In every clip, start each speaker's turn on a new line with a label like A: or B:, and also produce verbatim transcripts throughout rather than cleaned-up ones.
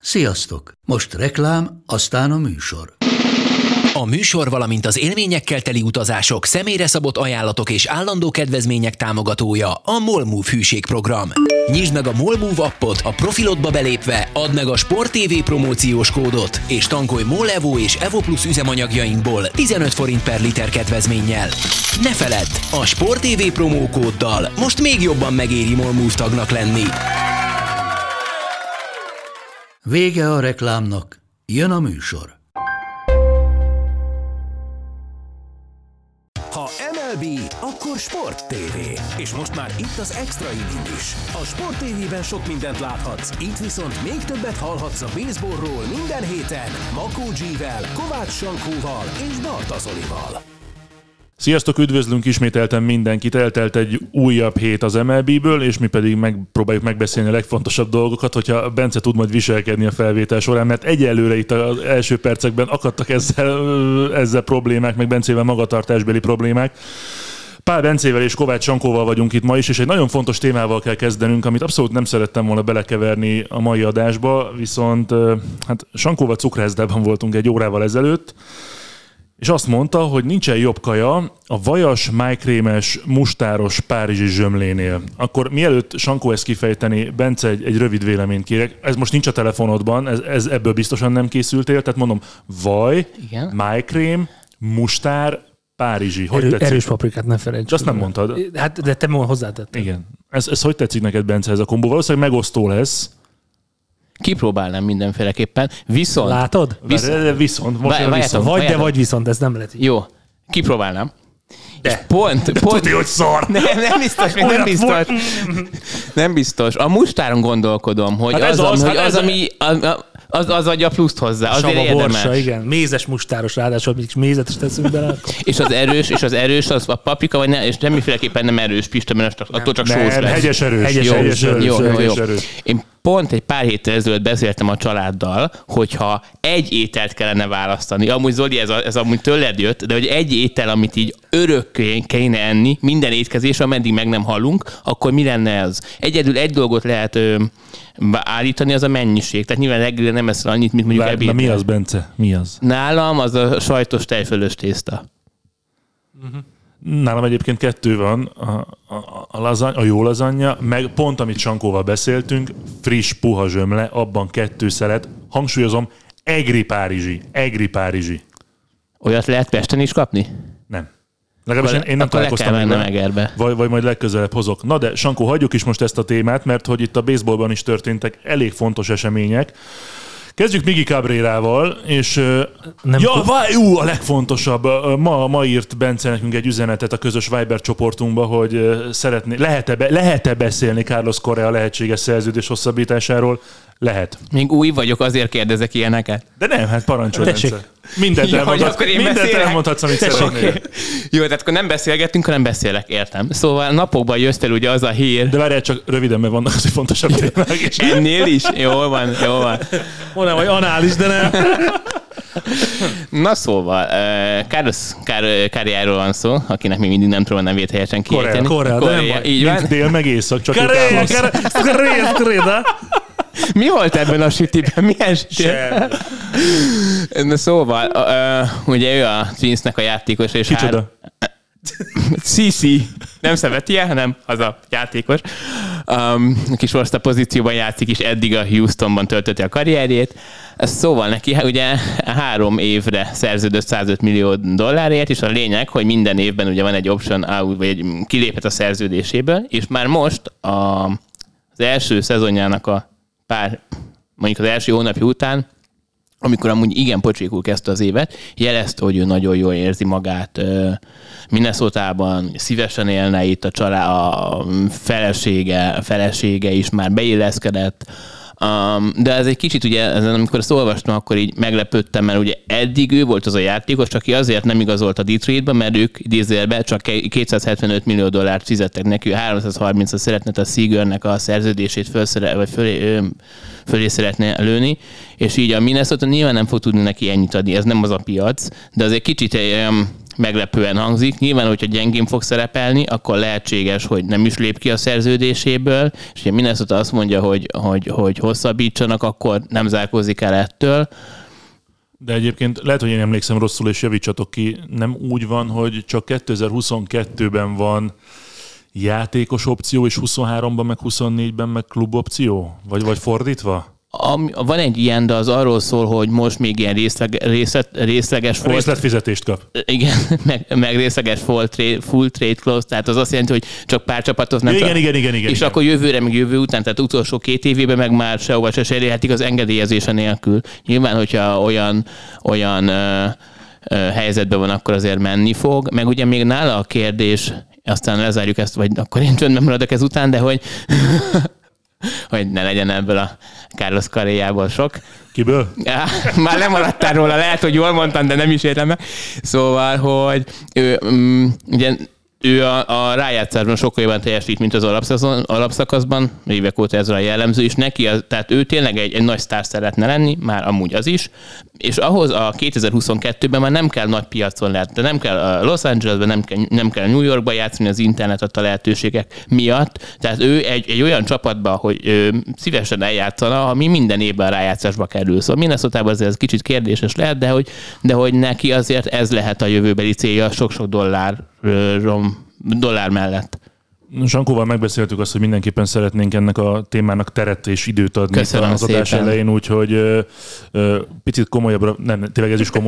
A: Sziasztok! Most reklám, aztán a műsor.
B: A műsor, valamint az élményekkel teli utazások, személyre szabott ajánlatok és állandó kedvezmények támogatója a MOLMOVE hűségprogram. Nyisd meg a MOLMOVE appot, a profilodba belépve add meg a Sport té vé promóciós kódot, és tankolj MOL Evo és Evo Plus üzemanyagjainkból tizenöt forint per liter kedvezménnyel. Ne feledd, a Sport té vé promókóddal most még jobban megéri MOLMOVE tagnak lenni.
A: Vége a reklámnak, jön a műsor.
C: Ha em el bé, akkor Sport té vé. És most már itt az extra inning is. A Sport té vében sok mindent láthatsz, itt viszont még többet hallhatsz a baseballról minden héten Makó G-vel, Kovács Sankóval és Barta Zolival.
D: Sziasztok, üdvözlünk ismételten mindenkit, eltelt egy újabb hét az em el bé-ből, és mi pedig megpróbáljuk megbeszélni a legfontosabb dolgokat, hogyha Bence tud majd viselkedni a felvétel során, mert egyelőre itt az első percekben akadtak ezzel, ezzel problémák, meg Bencével magatartásbeli problémák. Pál Bencével és Kovács Sankóval vagyunk itt ma is, és egy nagyon fontos témával kell kezdenünk, amit abszolút nem szerettem volna belekeverni a mai adásba, viszont hát Sankóval cukrászdában voltunk egy órával ezelőtt, és azt mondta, hogy nincsen jobb kaja a vajas, májkrémes, mustáros párizsi zsömlénél. Akkor mielőtt Sankó ezt kifejteni, Bence, egy, egy rövid véleményt kérek. Ez most nincs a telefonodban, ez, ez ebből biztosan nem készültél, tehát mondom, vaj, igen, májkrém, mustár, párizsi. Hogy
E: Erő,
D: tetszik?
E: Erős paprikát ne felejtsd.
D: Azt nem mondtad.
E: Hát, de te hozzátetted.
D: Igen. Ez, ez hogy tetszik neked, Bence, ez a kombó? Valószínűleg megosztó lesz.
F: Kipróbálnám mindenféleképpen, viszont...
E: Látod?
D: Viszont. viszont. Most
F: Vá-
D: viszont.
E: Vagy
F: várjátok.
E: de vagy viszont, ez nem lehet így.
F: Jó, kipróbálnám.
E: De.
F: És pont... pont...
D: Tudja, hogy szar!
F: Nem, nem biztos, még nem biztos. Nem biztos. A mustáron gondolkodom, hogy
D: Hát
F: az,
D: ez az,
F: az, hogy
D: hát
F: az,
D: ez
F: ami... Az, az, az adja pluszt hozzá, azért
E: Sava
F: érdemes.
E: borsa, igen. Mézes mustáros, ráadásul még mézet is teszünk bele. Akkor.
F: És az erős, és az erős, az a paprika, vagy ne, és semmiféleképpen nem erős Pista, mert attól csak
D: Nem,
F: sós lesz.
D: hegyes erős.
E: Hegyes
F: Jó,
D: hegyes
E: erős.
D: erős.
F: jó, jó,
D: hegyes
F: jó.
D: erős.
F: Én pont egy pár héttel ezelőtt beszéltem a családdal, hogyha egy ételt kellene választani, amúgy Zoli, ez, a, ez amúgy tőled jött, de hogy egy étel, amit így örökké kéne enni, minden étkezés, ameddig meg nem hallunk, akkor mi lenne ez? Egyedül egy dolgot lehet ö, állítani, az a mennyiség. Tehát nyilván reggelre nem eszel annyit, mint mondjuk
D: Várj, na
F: ebédre.
D: mi az, Bence? Mi az?
F: Nálam az a sajtos tejfölös tészta.
D: Nálam egyébként kettő van, a, a, a, lazany, a jó lazanya, meg pont amit Sankóval beszéltünk, friss, puha zsömle, abban kettő szelet, hangsúlyozom, egri párizsi, egri párizsi.
F: Olyat lehet Pesten is kapni?
D: Nem. Legalábbis
F: Akkor-
D: én nem
F: akkor le kell
D: találkoztam még
F: mennem
D: vele.
F: Egerbe.
D: Vagy, vagy majd legközelebb hozok. Na de, Sankó, hagyjuk is most ezt a témát, mert hogy itt a baseballban is történtek elég fontos események. Kezdjük Miggy Cabrerával, és...
E: Nem
D: ja,
E: tud-
D: vaj, ú, a legfontosabb. Ma, ma írt Bence nekünk egy üzenetet a közös Viber csoportunkba, hogy szeretné, lehet-e, be, lehet-e beszélni Carlos Correa lehetséges szerződés hosszabbításáról? Lehet.
F: Még új vagyok, azért kérdezek ilyeneket.
D: De nem, hát parancsolj,
E: Tessék.
D: Bence. Mindent,
F: Ja,
D: elmondhatsz,
F: hogy akkor én
D: mindent
F: beszélek?
D: elmondhatsz, amit szeretnél.
F: Okay. Jó, tehát akkor nem beszélgettünk, hanem beszélek, értem. Szóval napokban jött el ugye az a hír.
D: De várjál csak röviden, mert vannak azért fontosabb témák is.
F: Ennél is? Jól van, jól van.
E: Mondom, hogy anális, de nem.
F: Na szóval, uh, Carlos Correáról van szó, akinek még mindig nem tudom a nevét helyesen kiejteni.
E: Correa, de nem baj.
F: Így van.
D: Nincs dél meg észak, csak
E: Correa,
D: itt állsz.
E: Correa, Correa.
F: Mi volt ebben a sütiben? Milyen sütiben? Na szóval, uh, ugye ő a Twinsnek a játékos. És
D: Kicsoda?
F: Cici. Nem Szabetia, hanem az a játékos. Um, kis most a pozícióban játszik, és eddig a Houstonban töltötte a karrierjét. Szóval neki ugye három évre szerződött százöt millió dollárért, és a lényeg, hogy minden évben ugye van egy option out, vagy egy kiléphet a szerződéséből, és már most a, az első szezonjának a pár, mondjuk az első hónapja után, amikor amúgy igen pocsékul kezdte az évet, jelezte, hogy ő nagyon jól érzi magát Minnesotában, szívesen élne itt a család, a felesége, a felesége is már beilleszkedett, Um, de ez egy kicsit ugye, ezen, amikor ezt olvastam, akkor így meglepődtem, mert ugye eddig ő volt az a játékos, aki azért nem igazolt a Detroitba, mert ők idézőjelben csak kétszázhetvenöt millió dollárt fizettek neki, háromszázharmincra szeretne a Seagernek a szerződését fölszere, vagy fölé, fölé szeretne lőni, és így a Minnesota nyilván nem fog tudni neki ennyit adni, ez nem az a piac, de azért kicsit um, meglepően hangzik. Nyilván, hogyha gyengén fog szerepelni, akkor lehetséges, hogy nem is lép ki a szerződéséből, és ha Minnesota azt mondja, hogy, hogy, hogy hosszabbítsanak, akkor nem zárkózik el ettől.
D: De egyébként lehet, hogy én emlékszem rosszul, és javítsatok ki, nem úgy van, hogy csak kétezer-huszonkettőben van játékos opció, és huszonháromban, meg huszonnégyben meg klub opció? Vagy, vagy fordítva?
F: A, van egy ilyen, de az arról szól, hogy most még ilyen részleg, részlet, részleges volt.
D: Részletfizetést kap.
F: Igen, meg, meg részleges full trade, full trade clause, tehát az azt jelenti, hogy csak pár csapatot nem.
D: Igen,
F: csak,
D: igen, igen, igen.
F: És
D: igen.
F: akkor jövőre, meg jövő után, tehát utolsó két évében meg már sehova se cserélhetik az engedélyezése nélkül. Nyilván, hogyha olyan, olyan ö, ö, helyzetben van, akkor azért menni fog. Meg ugye még nála a kérdés, aztán lezárjuk ezt, vagy akkor én csöndben maradok ezután, de hogy hogy ne legyen ebből a Carlos Correából sok.
D: Kiből?
F: Ja, már lemaradtál róla, lehet, hogy jól mondtam, de nem is értem meg. Szóval, hogy ő, um, ugye, ő a, a rájátszásban sokkal jobban teljesít, mint az alapszakaszban, évek óta ez a jellemző, és neki, az, tehát ő tényleg egy, egy nagy sztár szeretne lenni, már amúgy az is, és ahhoz a kétezer-huszonkettőben már nem kell nagy piacon lehet, de nem kell a Los Angelesben, nem kell, nem kell New Yorkba játszani az internet adta lehetőségek miatt, tehát ő egy, egy olyan csapatba, hogy ő szívesen eljátszana, ami minden évben rájátszásba kerül. Szóval Minnesotában azért ez kicsit kérdéses lehet, de hogy, de hogy neki azért ez lehet a jövőbeli célja sok-sok dollár, dollár mellett.
D: Sankóval megbeszéltük azt, hogy mindenképpen szeretnénk ennek a témának teret és időt adni az adás elején, úgyhogy ö, ö, picit komolyabbra, nem, tényleg ez is komoly.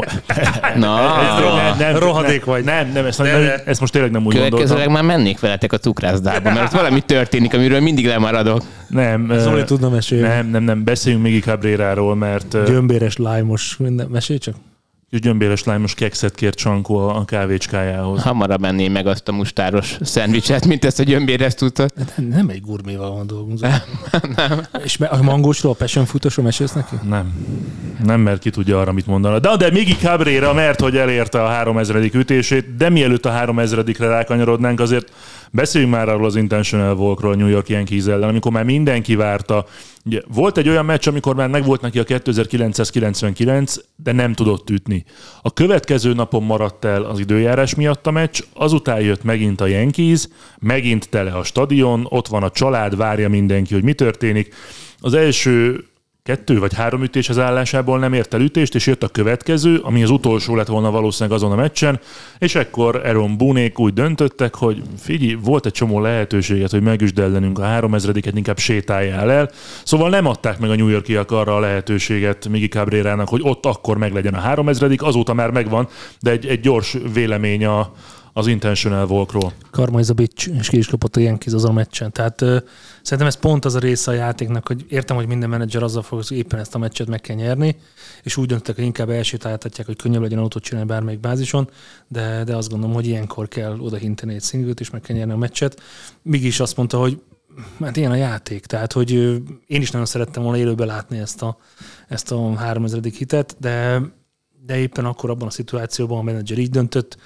F: Na,
D: ez, nem, nem,
E: rohadék vagy.
D: Nem, nem, ezt, nem, ezt most tényleg nem úgy gondoltam.
F: Következőleg már mennék veletek a cukrászdába, mert ott valami történik, amiről mindig lemaradok.
D: Nem,
E: Zoli tudna mesélni.
D: Nem, nem, nem, beszéljünk Miggy Cabreráról, mert...
E: Gyömbéres, lájmos, minden, mesélj csak.
D: És gyömbéres lájmos kekszet kért Sankó a kávécskájához.
F: Hamarabb menném meg azt a mustáros szendvicset, mint ezt a gyömbéres tudtad.
E: Nem, nem egy gurméval van dolgunk. Nem, nem. És a mangósról, a passion fruitosról mesélsz neki?
D: Nem. Nem, mert ki tudja arra, mit mondana. De, de Miggy Cabrera, mert hogy elérte a háromezredik ütését, de mielőtt a háromezredikre rákanyarodnánk, azért beszéljünk már arról az Intentional Walkról a New York Yankees ellen, amikor már mindenki várta. Ugye, volt egy olyan meccs, amikor már megvolt neki a kétezer-kilencszázkilencvenkilenc, de nem tudott ütni. A következő napon maradt el az időjárás miatt a meccs, azután jött megint a Yankees, megint tele a stadion, ott van a család, várja mindenki, hogy mi történik. Az első kettő vagy három ütés az állásából nem ért el ütést, és jött a következő, ami az utolsó lett volna valószínűleg azon a meccsen, és ekkor Aaron Boone-ék úgy döntöttek, hogy figyelj, volt egy csomó lehetőséget, hogy megüsd ellenünk a háromezrediket, inkább sétáljál el. Szóval nem adták meg a New Yorkiak arra a lehetőséget Miggy Cabrerának, hogy ott akkor meglegyen a háromezredik, azóta már megvan, de egy, egy gyors vélemény a az Intentional Walkról.
E: Karma is a bitch, és ki is kapott a Yankees azon a meccsen. Tehát uh, szerintem ez pont az a része a játéknak, hogy értem, hogy minden menedzser azzal fog, hogy éppen ezt a meccset meg kell nyerni, és úgy döntöttek, hogy inkább elsétáltatják, hogy könnyebb legyen autót csinálni bármelyik bázison, de, de azt gondolom, hogy ilyenkor kell odahinteni egy szinglet, és meg kell nyerni a meccset. Mégis azt mondta, hogy hát ilyen a játék, tehát hogy én is nagyon szerettem volna élőben látni ezt a, ezt a háromezredik hitet, de, de éppen akkor abban a szituációban a menedzser így döntött,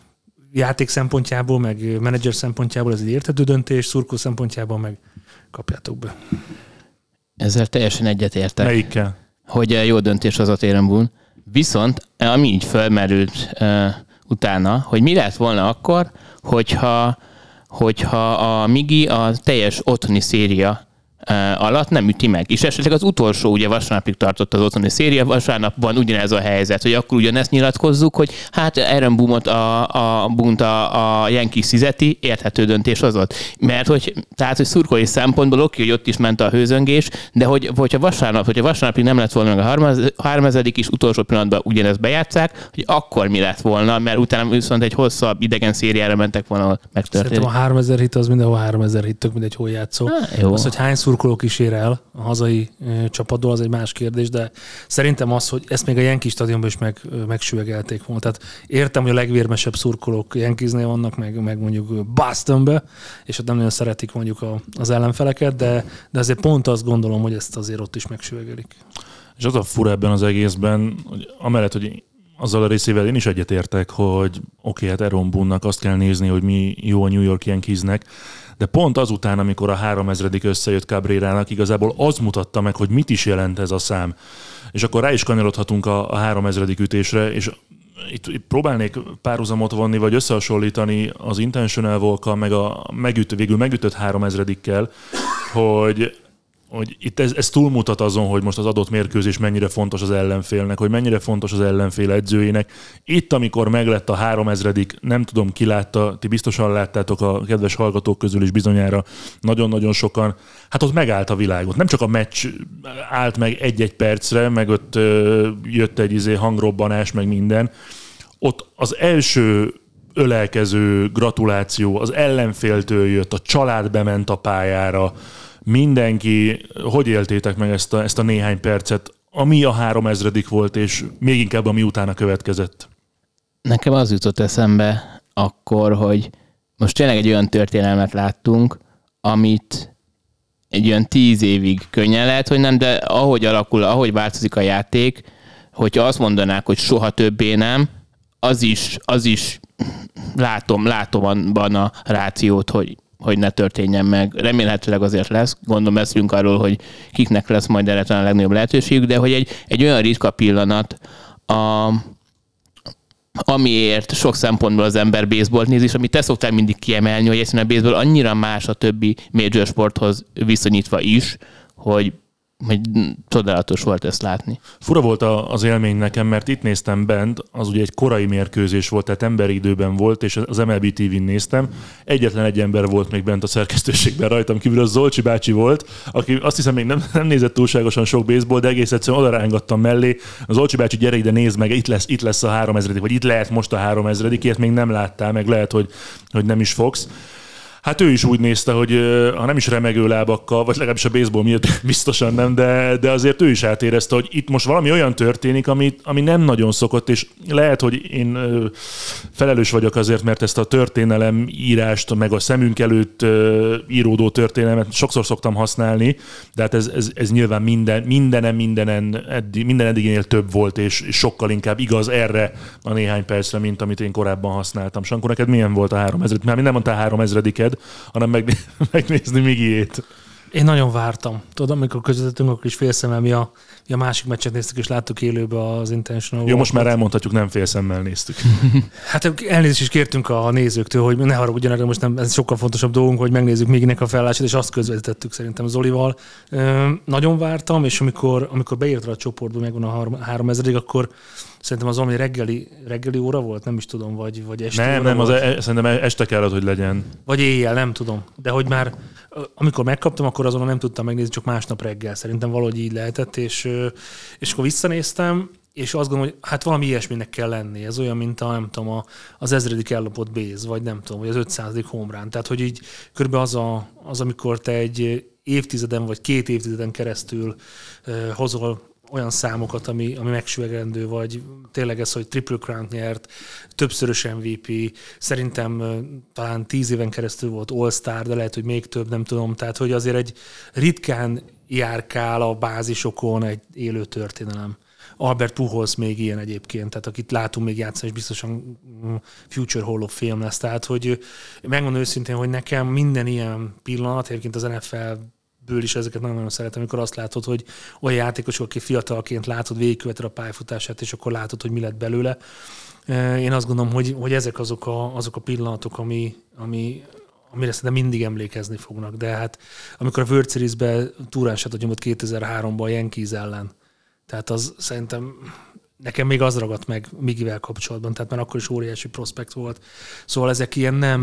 E: játék szempontjából, meg menedzser szempontjából ez egy érthető döntés, szurkó szempontjából meg kapjátok be.
F: Ezzel teljesen egyetértek.
D: Melyikkel?
F: Hogy jó döntés az a Aaron Boone. Viszont ami így felmerült uh, utána, hogy mi lett volna akkor, hogyha, hogyha a Miggy a teljes otthoni széria alatt nem üti meg. És esetleg az utolsó, ugye vasárnapig tartott az otthoni széria, vasárnapban ugyanez a helyzet, hogy akkor ugyanezt nyilatkozzuk, hogy hát Aaron Boone-ot a, a, Boone-t a, a Yankees fizeti, érthető döntés az ott. Mert hogy, tehát, hogy szurkolói szempontból oké, hogy ott is ment a hőzöngés, de hogy, hogyha vasárnap, hogyha vasárnapig nem lett volna meg a hármazedik is, utolsó pillanatban ugyanezt bejátszák, hogy akkor mi lett volna, mert utána viszont egy hosszabb idegen szériára mentek volna megtörténni.
E: Szerintem a háromezer hit az mindenhol háromezer hit, tök mindegy, hol játszó. Az, hogy hány szurkoló kísér el a hazai e, csapatból, az egy más kérdés, de szerintem az, hogy ezt még a Yankee stadionban is meg, megsüvegelték volna. Tehát értem, hogy a legvérmesebb szurkolók Yankeesnél vannak, meg, meg mondjuk Bostonbe, és ott nem nagyon szeretik mondjuk a, az ellenfeleket, de, de azért pont azt gondolom, hogy ezt azért ott is megsüvegelik.
D: És az a fura ebben az egészben, hogy amellett, hogy azzal a részével én is egyetértek, hogy oké, hát Aaron Boone-nak azt kell nézni, hogy mi jó a New York Yankeesnek, de pont azután, amikor a háromezredik összejött Cabrerának, igazából az mutatta meg, hogy mit is jelent ez a szám. És akkor rá is kanyarodhatunk a, a háromezredik ütésre, és itt, itt próbálnék párhuzamot vonni, vagy összehasonlítani az Intentional Walkkal, meg a megüt, végül megütött háromezredikkel, hogy hogy itt ez, ez túlmutat azon, hogy most az adott mérkőzés mennyire fontos az ellenfélnek, hogy mennyire fontos az ellenfél edzőjének. Itt, amikor meglett a háromezredik, nem tudom, ki látta, ti biztosan láttátok a kedves hallgatók közül is bizonyára nagyon-nagyon sokan, hát ott megállt a világot. Nem csak a meccs állt meg egy-egy percre, meg ott ö, jött egy izé hangrobbanás, meg minden. Ott az első ölelkező gratuláció az ellenféltől jött, a család bement a pályára, mindenki, hogy éltétek meg ezt a, ezt a néhány percet, ami a háromezredik volt, és még inkább ami utána következett?
F: Nekem az jutott eszembe akkor, hogy most tényleg egy olyan történelmet láttunk, amit egy olyan tíz évig könnyen lehet, hogy nem, de ahogy alakul, ahogy változik a játék, hogyha azt mondanák, hogy soha többé nem, az is, az is látom, látom abban a rációt, hogy hogy ne történjen meg. Remélhetőleg azért lesz. Gondolom beszélünk arról, hogy kiknek lesz majd erre talán a legnagyobb lehetőségük, de hogy egy, egy olyan ritka pillanat, a, amiért sok szempontból az ember baseballt néz, és amit te szoktál mindig kiemelni, hogy egyszerűen a baseball annyira más a többi major sporthoz viszonyítva is, hogy hogy csodálatos volt ezt látni.
D: Fura volt az élmény nekem, mert itt néztem bent, az ugye egy korai mérkőzés volt, tehát emberi időben volt, és az em el bé té vén néztem. Egyetlen egy ember volt még bent a szerkesztőségben rajtam kívül, az Zolcsi bácsi volt, aki azt hiszem még nem, nem nézett túlságosan sok baseball, de egész egyszerűen oda rángattam mellé. Az Zolcsi bácsi, gyere ide, nézd meg, itt lesz, itt lesz a háromezredik, vagy itt lehet most a háromezredik, ilyet még nem láttál, meg lehet, hogy, hogy nem is fogsz. Hát ő is úgy nézte, hogy ha nem is remegő lábakkal, vagy legalábbis a baseball miatt biztosan nem, de, de azért ő is átérezte, hogy itt most valami olyan történik, ami, ami nem nagyon szokott, és lehet, hogy én felelős vagyok azért, mert ezt a történelem írást, meg a szemünk előtt íródó történelmet sokszor szoktam használni, de hát ez, ez, ez nyilván minden, mindenen, mindenen, eddig, minden eddiginél több volt, és, és sokkal inkább igaz erre a néhány percre, mint amit én korábban használtam. Sankó, neked milyen volt a háromezredik? Már nem mondtál háromezrediked, hanem megné- megnézni Migiét.
E: Én nagyon vártam. Tudod, amikor közvetettünk, akkor is félszemmel mi a, mi a másik meccset néztük, és láttuk élőbe az Intentional.
D: Jó, most már elmondhatjuk, nem félszemmel néztük.
E: Hát elnézést is kértünk a nézőktől, hogy ne haragudjanak, most nem, ez sokkal fontosabb dolgunk, hogy megnézzük Miginek a felállását, és azt közvetítettük szerintem Zolival. Ö, nagyon vártam, és amikor, amikor beírtad a csoportba, megvan a háromezredik, akkor szerintem az valami reggeli, reggeli óra volt, nem is tudom, vagy, vagy este
D: Nem,
E: óra
D: nem,
E: volt.
D: az e- szerintem este kellett, hogy legyen.
E: Vagy éjjel, nem tudom. De hogy már amikor megkaptam, akkor azonnal nem tudtam megnézni, csak másnap reggel. Szerintem valahogy így lehetett, és, és akkor visszanéztem, és azt gondolom, hogy hát valami ilyesminek kell lenni. Ez olyan, mint a, nem tudom, a, az ezredik ellopott base, vagy nem tudom, vagy az ötszázadik home run. Tehát, hogy így körülbelül az, a, az, amikor te egy évtizeden, vagy két évtizeden keresztül uh, hozol olyan számokat, ami, ami megsüvegelendő, vagy tényleg ez, hogy Triple Crown nyert, többszörös em vé pé, szerintem talán tíz éven keresztül volt All-Star, de lehet, hogy még több, nem tudom. Tehát, hogy azért egy ritkán járkál a bázisokon egy élő történelem. Albert Pujols még ilyen egyébként, tehát akit látunk még játszani, és biztosan Future Hall of Fame lesz. Tehát, hogy megmondom őszintén, hogy nekem minden ilyen pillanat, egyébként az en ef el ből is ezeket nagyon-nagyon szeretem, amikor azt látod, hogy olyan játékosok, aki fiatalként látod, végigköveted a pályafutását, és akkor látod, hogy mi lett belőle. Én azt gondolom, hogy, hogy ezek azok a, azok a pillanatok, ami, ami, amire szerintem mindig emlékezni fognak. De hát amikor a World Series-be túránsátot nyomott kétezer-háromban a Yankees ellen, tehát az szerintem nekem még az ragadt meg Migivel kapcsolatban, tehát már akkor is óriási prospekt volt. Szóval ezek ilyen nem,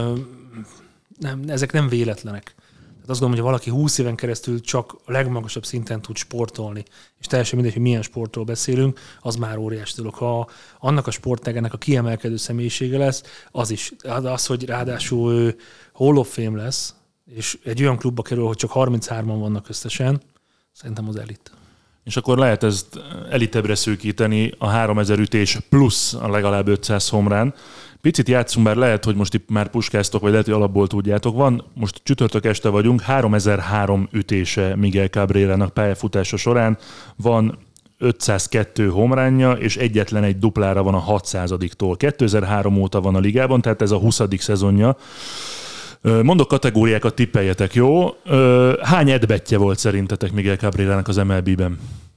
E: nem ezek nem véletlenek. Azt gondolom, hogy valaki húsz éven keresztül csak a legmagasabb szinten tud sportolni, és teljesen mindegy, hogy milyen sportról beszélünk, az már óriási dolog. Ha annak a sportágának a kiemelkedő személyisége lesz, az is. Az, hogy ráadásul ő Hall of Fame lesz, és egy olyan klubba kerül, hogy csak harminchárman vannak összesen, szerintem az elit.
D: És akkor lehet ezt elitebbre szűkíteni, a háromezer ütés plusz a legalább ötszáz home run. Picit játszunk, bár lehet, hogy most itt már puskáztok, vagy lehet, hogy alapból tudjátok. Van, most csütörtök este vagyunk, háromezer-három ütése Miguel Cabrerának pályafutása során. Van ötszázkettő home runja, és egyetlen egy duplára van a hatszázadiktól. kétezer-három óta van a ligában, tehát ez a huszadik szezonja. Mondok kategóriákat, tippeljetek, jó? Hány edbetje volt szerintetek Miguel Cabrerának az em el bé-ben?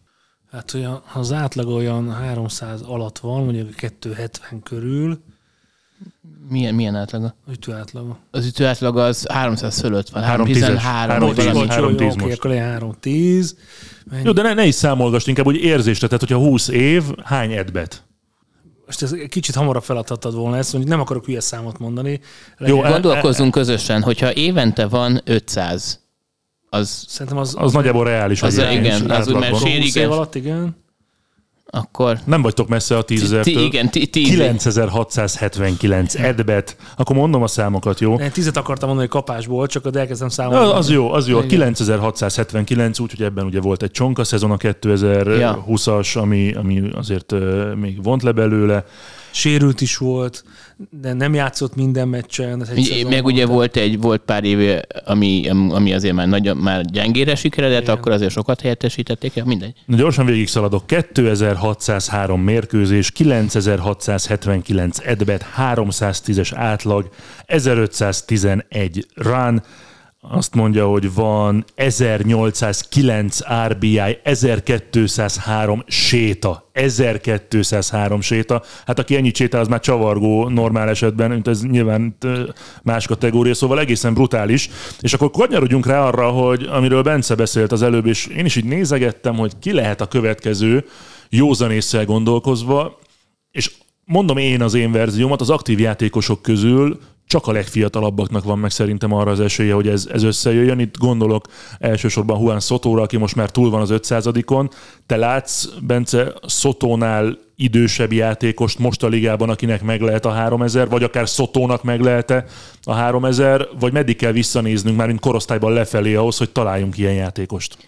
E: Hát olyan, az átlag olyan háromszáz alatt van, mondjuk kétszázhetven körül.
F: Milyen, milyen átlaga?
E: Ütő átlaga.
F: Az ütő átlag az háromszáz fölött van.
D: háromszáztizenhárom.
E: háromszáztíz. Oké, akkor legyen háromszáztíz.
D: Jó, de ne, ne is számolgass, inkább úgy érzésre. Tehát, hogyha húsz év, hány edbet?
E: Most ez kicsit hamarabb feladhattad volna ezt, mondjuk nem akarok hülye számot mondani.
F: Legyen... Jó, gondolkozzunk közösen, hogyha évente van ötszáz, az...
E: Szerintem az...
D: Az, az nagyjából reális.
F: Az, az igen, az úgy, mert sériges.
E: alatt, igen.
F: Akkor...
D: Nem vagytok messze a tízezertől.
F: Igen, tíz.
D: kilencezer-hatszázhetvenkilenc edbet. Akkor mondom a számokat, jó?
E: Én tízet akartam mondani elkezdtem csak de elkezdem számolni.
D: Az jó, az jó. A kilencezer-hatszázhetvenkilenc, úgyhogy ebben ugye volt egy csonka szezon a kétezer-húszas, ami, ami azért uh, még vont le belőle.
E: Sérült is volt, de nem játszott minden meccsen.
F: Egy meg ugye volt egy volt pár év, ami, ami azért már, nagyon, már gyengére sikeredett, akkor azért sokat helyettesítették, ja, mindegy.
D: Na, gyorsan végig szaladok. kétezer-hatszázhárom mérkőzés, kilencezer-hatszázhetvenkilenc edbet, háromszáztízes átlag, ezerötszáztizenegy run, azt mondja, hogy van ezernyolcszázkilenc er bé i, ezerkétszázhárom séta. ezerkétszázhárom séta. Hát aki ennyit sétál, az már csavargó normál esetben, mint ez nyilván más kategória, szóval egészen brutális. És akkor kanyarodjunk rá arra, hogy amiről Bence beszélt az előbb, és én is így nézegettem, hogy ki lehet a következő józanésszel gondolkozva, és mondom én az én verziómat, az aktív játékosok közül csak a legfiatalabbaknak van meg szerintem arra az esélye, hogy ez, ez összejöjjön. Itt gondolok elsősorban Juan Sotóra, aki most már túl van az ötszázadikon. Te látsz, Bence, Sotónál idősebb játékost most a ligában, akinek meg lehet a háromezer, vagy akár Sotónak meg lehet-e a háromezer, vagy meddig kell visszanéznünk már, mint korosztályban lefelé ahhoz, hogy találjunk ilyen játékost?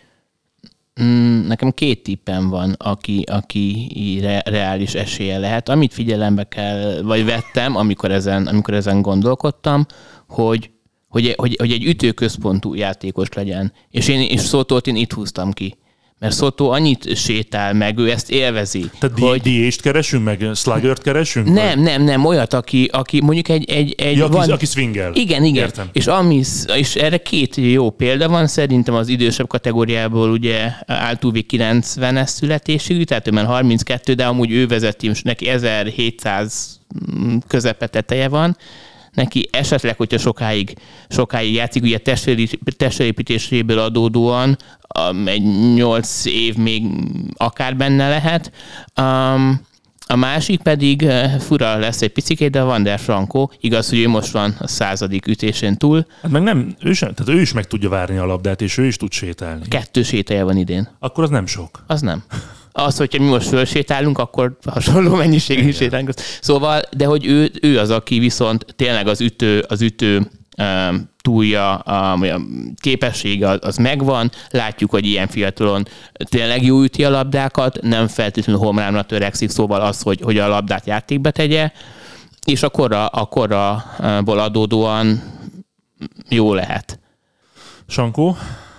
F: Nekem két tippem van, aki, aki re, reális esélye lehet. Amit figyelembe kell, vagy vettem, amikor ezen, amikor ezen gondolkodtam, hogy, hogy, hogy, hogy egy ütőközpontú játékos legyen. És én és Sotót én itt húztam ki. Mert Soto annyit sétál meg, ő ezt élvezi.
D: Tehát
F: hogy...
D: dé há-t keresünk, meg Sluggert keresünk?
F: Nem,
D: vagy?
F: nem, nem, olyat, aki, aki mondjuk egy... egy, egy
D: ja,
F: van...
D: aki, aki swingel.
F: Igen, igen.
D: Értem.
F: És, ami, és erre két jó példa van, szerintem az idősebb kategóriából ugye Altuve kilencvenes születésű, tehát ő már harminckettő, de amúgy ő vezeti, most neki ezerhétszáz közepe teteje van. Neki esetleg, hogyha sokáig, sokáig játszik, ugye testfelépítéséből adódóan egy nyolc év még akár benne lehet. Um, a másik pedig fura lesz egy picikét, de Wander Franco, igaz, hogy ő most van a századik ütésén túl.
D: Hát meg nem, ő, sem, tehát ő is meg tudja várni a labdát, és ő is tud sétálni.
F: Kettő sétája van idén.
D: Akkor az nem sok. Az
F: nem. Az, hogyha mi most fölsétálunk, akkor hasonló mennyiségű sétálunk. Szóval, de hogy ő, ő az, aki viszont tényleg az ütő, az ütő um, túlja, a, a képessége az megvan. Látjuk, hogy ilyen fiatalon tényleg jó üti a labdákat, nem feltétlenül home-runra törekszik, szóval az, hogy, hogy a labdát játékba tegye, és a korra, a korraból adódóan jó lehet.
D: Sankó?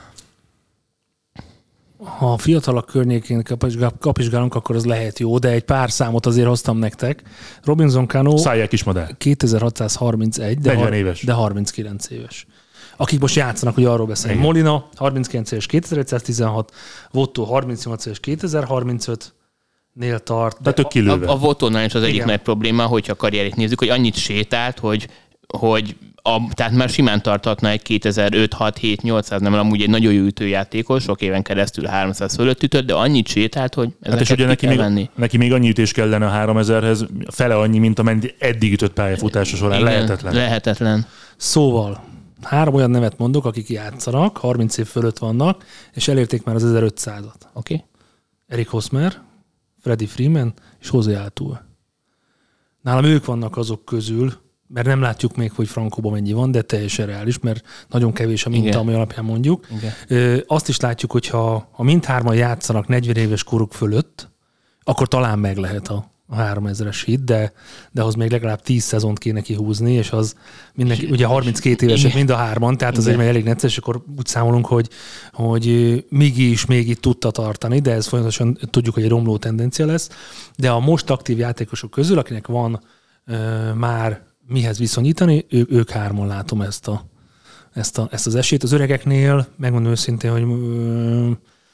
E: Ha a fiatalok környékén kapizsgálunk, akkor az lehet jó, de egy pár számot azért hoztam nektek. Robinson Cano
D: Szállják kismadár.
E: kétezer-hatszázharmincegy, de,
D: negyven éves.
E: de harminckilenc éves. Akik most játszanak, hogy arról beszélünk. Molina harminckilenc éves, kétezer-tizenhat, Votto harmincnyolc éves, kétezer-harmincöt-nél tart.
F: De
D: tök kilőve.
F: A, a Vottónál is az egyik
E: Igen.
F: nagy probléma, hogyha a karrierét nézzük, hogy annyit sétált, hogy, hogy a, tehát már simán tarthatna egy kétezer-öt, hat, hét, nyolcszáz, nem amúgy egy nagyon jó ütőjátékos, sok éven keresztül háromszáz fölött ütött, de annyit sétált, hogy ezeket hát és ugye
D: neki
F: kell
D: még,
F: venni.
D: neki még annyi ütés kellene a háromezerhez, fele annyi, mint amennyi eddig ütött pályafutása során.
F: Igen,
D: lehetetlen.
F: Lehetetlen.
E: Szóval három olyan nevet mondok, akik játszanak, harminc év fölött vannak, és elérték már az ezerötszázat.
F: Oké. Okay.
E: Eric Hosmer, Freddie Freeman és José Altuve. Nálam ők vannak azok közül, mert nem látjuk még, hogy Frankóban mennyi van, de teljesen reális, mert nagyon kevés a minta, igen, ami alapján mondjuk. Igen. Azt is látjuk, hogy ha, ha mindhárman játszanak negyven éves koruk fölött, akkor talán meg lehet a, a háromezres hit, de, de ahhoz még legalább tíz szezont kéne kihúzni, és az mindenki, ugye harminckét évesek igen, mind a hárman, tehát igen, azért már elég necces, és akkor úgy számolunk, hogy, hogy Migi is még itt tudta tartani, de ez folyamatosan tudjuk, hogy egy romló tendencia lesz. De a most aktív játékosok közül, akinek van uh, már mihez viszonyítani, ő, ők hárman látom ezt, a, ezt, a, ezt az esélyt. Az öregeknél, megmondom őszintén, hogy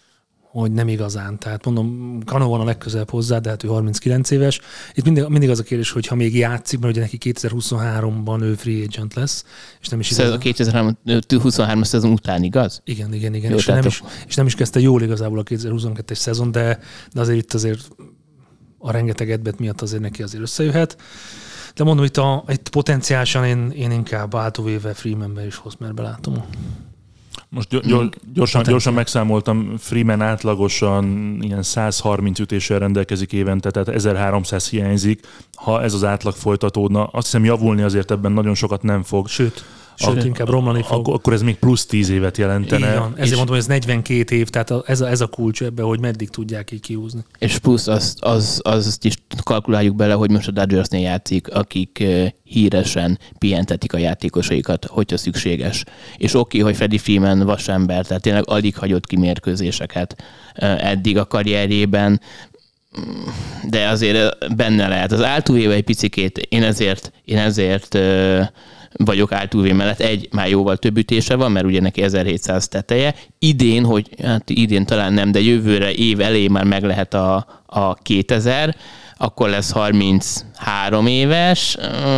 E: hogy nem igazán. Tehát mondom, Cano van a legközelebb hozzá, de hát ő harminckilenc éves. Itt mindig, mindig az a kérdés, hogy ha még játszik, mert ugye neki kétezer-huszonháromban ő free agent lesz, és nem is
F: igazán. kétezer-huszonhárom szezon után, igaz?
E: Igen, igen, igen. És nem, is, és nem is kezdte jól igazából a kétezer-huszonkettes szezon, de, de azért itt azért a rengeteg edbet miatt azért neki azért összejöhet. De mondom, itt, a, itt potenciálisan én, én inkább átúvéve Freemanbe is Hosmerbe látom.
D: Most gyor, gyorsan, gyorsan megszámoltam, Freeman átlagosan ilyen száz harminc ütéssel rendelkezik évente, tehát ezerháromszáz hiányzik. Ha ez az átlag folytatódna, azt hiszem javulni azért ebben nagyon sokat nem fog.
E: Sőt, Sőt, Ak- inkább romlani fog.
D: Ak- akkor ez még plusz tíz évet jelentene.
E: Igen, ezért mondom, hogy ez negyvenkét év, tehát ez a, ez a kulcs ebben, hogy meddig tudják így kihúzni.
F: És plusz azt, az, azt is kalkuláljuk bele, hogy most a Dodgersnél játszik, akik híresen pihentetik a játékosaikat, hogyha szükséges. És oké, okay, hogy Freddie Freeman vasember, tehát tényleg alig hagyott ki mérkőzéseket eddig a karrierjében, de azért benne lehet. Az Altuve egy picikét, én ezért, én ezért vagyok Altuve mellett. Egy, már jóval több ütése van, mert ugye neki ezerhétszáz teteje. Idén, hogy hát idén talán nem, de jövőre év elején már meg lehet a, a kétezer, akkor lesz harminchárom éves.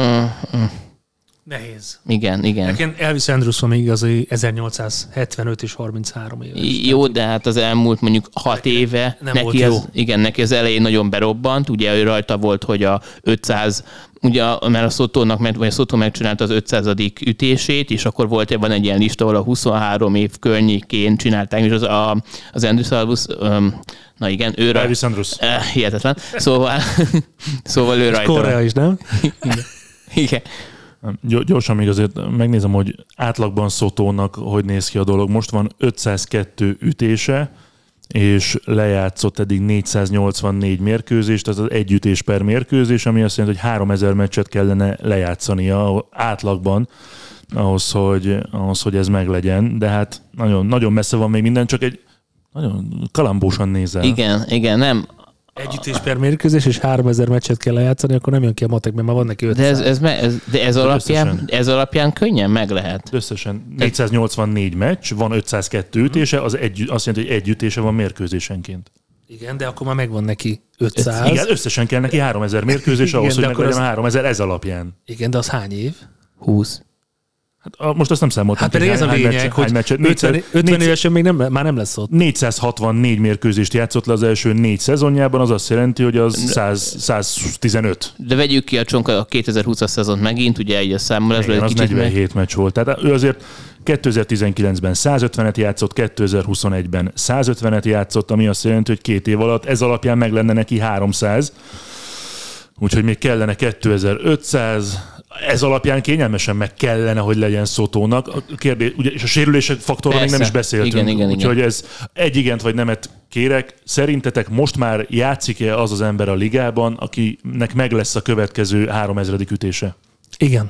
E: Nehéz.
F: Igen, igen.
E: Nekem Elvis Andrus van még az, hogy ezernyolcszázhetvenöt és harminchárom éves.
F: Jó, de hát az elmúlt mondjuk hat éve,
E: nem
F: neki
E: volt
F: az,
E: jó.
F: Igen, neki az elején nagyon berobbant, ugye ő rajta volt, hogy a ötszáz, ugye, mert a Sotónak, vagy a Soto megcsinálta az ötszázadik ütését, és akkor volt van egy ilyen lista, ahol a huszonhárom év környékén csinálták, és az, a, az Andrus Albus, um, na igen, ő rajta.
D: Elvis Andrus.
F: Uh, hihetetlen. Szóval, szóval ő rajta.
E: Korea is, nem?
F: Igen. igen.
D: Gyorsan még azért megnézem, hogy átlagban Sotónak hogy néz ki a dolog. Most van ötszázkettő ütése, és lejátszott eddig négyszáznyolcvannégy mérkőzést, az az egy ütés per mérkőzés, ami azt jelenti, hogy háromezer meccset kellene lejátszania átlagban, ahhoz, hogy, ahhoz, hogy ez meglegyen. De hát nagyon, nagyon messze van még minden, csak egy nagyon kalambósan nézel.
F: Igen, igen, nem.
E: Egy ütés per mérkőzés, és háromezer meccset kell lejátszani, akkor nem jön ki a matek, mert már van neki ötszáz.
F: De ez, ez, ez, de ez, alapján, ez alapján könnyen meg lehet.
D: Összesen négyszáznyolcvannégy meccs, van ötszázkettő ütése, az egy, azt jelenti, hogy egy ütése van mérkőzésenként.
E: Igen, de akkor már megvan neki ötszáz.
D: Igen, összesen kell neki háromezer mérkőzés ahhoz, hogy meglegyen az... a háromezer ez alapján.
E: Igen, de az hány év?
F: húsz.
D: Hát most azt nem számoltam.
E: Hát pedig ez a lényeg, hogy ötven, ötven évesen még nem, már nem lesz ott.
D: négyszázhatvannégy mérkőzést játszott le az első négy szezonjában, az azt jelenti, hogy az száz, száztizenöt.
F: De vegyük ki a csonka a kétezer-húszas szezont megint, ugye egy a számolásról egy
D: az
F: kicsit
D: negyvenhét meg... meccs volt. Tehát ő azért kétezer-tizenkilencben százötvenet játszott, kétezer-huszonegyben százötvenet játszott, ami azt jelenti, hogy két év alatt ez alapján meg lenne neki háromszáz. Úgyhogy még kellene kétezer-ötszáz, ez alapján kényelmesen meg kellene, hogy legyen Sotónak. A kérdés, ugye, és a sérülések faktorról még nem is beszéltünk.
F: Igen, igen,
D: úgyhogy
F: igen.
D: ez egy igent vagy nemet kérek. Szerintetek most már játszik-e az az ember a ligában, akinek meg lesz a következő háromezredik ütése?
E: Igen.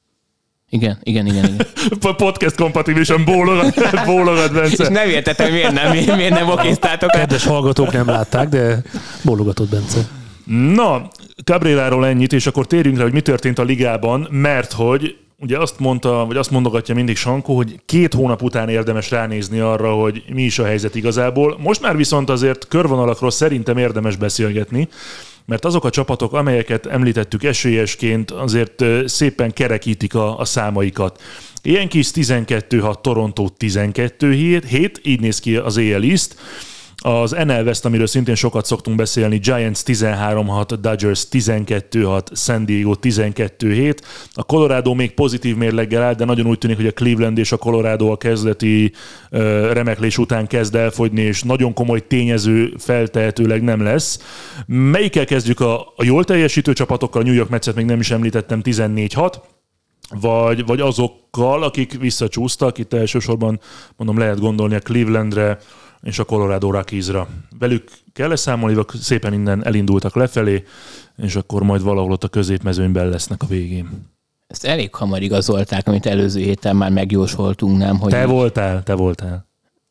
F: Igen, igen, igen. igen.
D: Podcast kompatibilisan bólogat, bólogat, Bence.
F: És nem értettem, miért nem, miért nem okéztátok.
E: Kedves hallgatók nem látták, de bólogatott Bence.
D: Na, Cabreráról ennyit, és akkor térjünk rá, hogy mi történt a ligában, mert hogy ugye azt mondta, vagy azt mondogatja mindig Sankó, hogy két hónap után érdemes ránézni arra, hogy mi is a helyzet igazából. Most már viszont azért körvonalakról szerintem érdemes beszélgetni, mert azok a csapatok, amelyeket említettük esélyesként, azért szépen kerekítik a, a számaikat. Yankees tizenkettő hat, Toronto tizenkettő hét, így néz ki az á el East. Az en el West, amiről szintén sokat szoktunk beszélni, Giants tizenhárom hat, Dodgers tizenkettő hat, San Diego tizenkettő hét. A Colorado még pozitív mérleggel áll, de nagyon úgy tűnik, hogy a Cleveland és a Colorado a kezdeti uh, remeklés után kezd elfogyni, és nagyon komoly tényező feltehetőleg nem lesz. Melyikkel kezdjük? A, a jól teljesítő csapatokkal, a New York Metset még nem is említettem, tizennégy hat. Vagy, vagy azokkal, akik visszacsúsztak. Itt elsősorban mondom, lehet gondolni a Clevelandre és a Colorado Rockiesra. Velük kell számolni, vagy szépen innen elindultak lefelé, és akkor majd valahol ott a középmezőnyben lesznek a végén.
F: Ezt elég hamar igazolták, amit előző héten már megjósoltunk, nem? Hogy
D: te voltál, te voltál.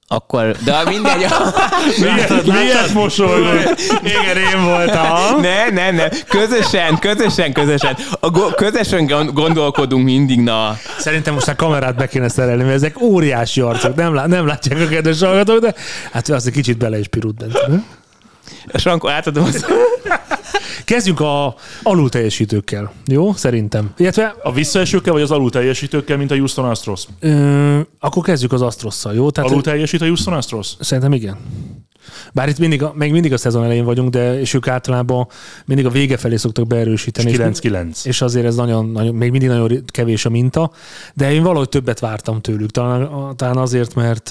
F: Akkor, de mindegy.
D: Miért, miért mosolygok?
E: Igen, én voltam.
F: Ne, ne, ne. Közösen, közösen, közösen. A go- közösen gondolkodunk mindig, na.
E: Szerintem most a kamerát be kéne szerelni, mert ezek óriási arcok. Nem, lá- nem látják a kedves hallgatók, de hát azt egy kicsit bele is pirult bent.
F: Sankó, átadom az...
E: Kezdjünk a alulteljesítőkkel, jó? Szerintem. Illetve,
D: A visszaesőkkel vagy az alulteljesítőkkel, mint a Houston Astros?
E: ö, akkor kezdjük az Astrosszal, jó? Tehát,
D: Alulteljesít a Houston Astros?
E: Szerintem igen. Bár itt mindig a, még mindig a szezon elején vagyunk, de és ők általában mindig a vége felé szoktak beerősíteni.
D: kilenc kilenc.
E: És azért ez nagyon, nagyon, még mindig nagyon kevés a minta, de én valahogy többet vártam tőlük. Talán, talán azért, mert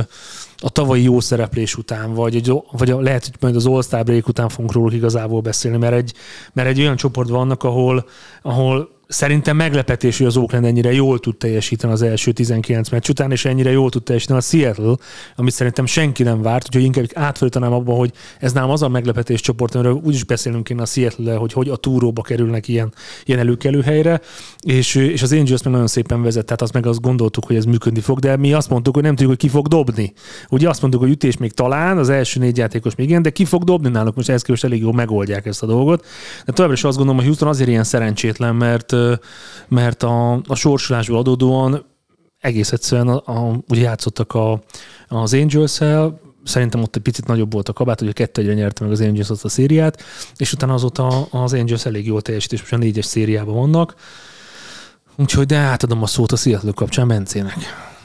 E: a tavalyi jó szereplés után, vagy, egy, vagy a, lehet, hogy majd az All-Star break után fogunk róluk igazából beszélni, mert egy, mert egy olyan csoportban vannak, ahol, ahol szerintem meglepetés, hogy az Oakland ennyire jól tud teljesíteni az első tizenkilenc meccs után, és ennyire jól tud teljesíteni a Seattle, amit szerintem senki nem várt, úgyhogy inkább átfordítanám abban, hogy ez nálam az a meglepetés csoport, amiről úgyis beszélünk kéne a Seattle-le, hogy hogy a túróba kerülnek ilyen, ilyen előkelő helyre, és, és az Angels meg nagyon szépen vezet, tehát azt meg azt gondoltuk, hogy ez működni fog, de mi azt mondtuk, hogy nem tudjuk, hogy ki fog dobni. Ugye azt mondtuk, hogy ütés még talán, az első négy játékos még igen, de ki fog dobni náluk, most ehhez képest elég jól megoldják ezt a dolgot. De továbbra is azt gondolom, hogy Houston azért ilyen szerencsétlen, mert mert a, a sorsolásból adódóan egész egyszerűen a, a, ugye játszottak a, az Angels-el, szerintem ott egy picit nagyobb volt a kabát, hogy a kettő egyre nyerte meg az Angels azt a szériát, és utána azóta az Angels elég jól teljesít, és most a négyes szériában vannak. Úgyhogy de átadom a szót a Seattle kapcsán Bencének.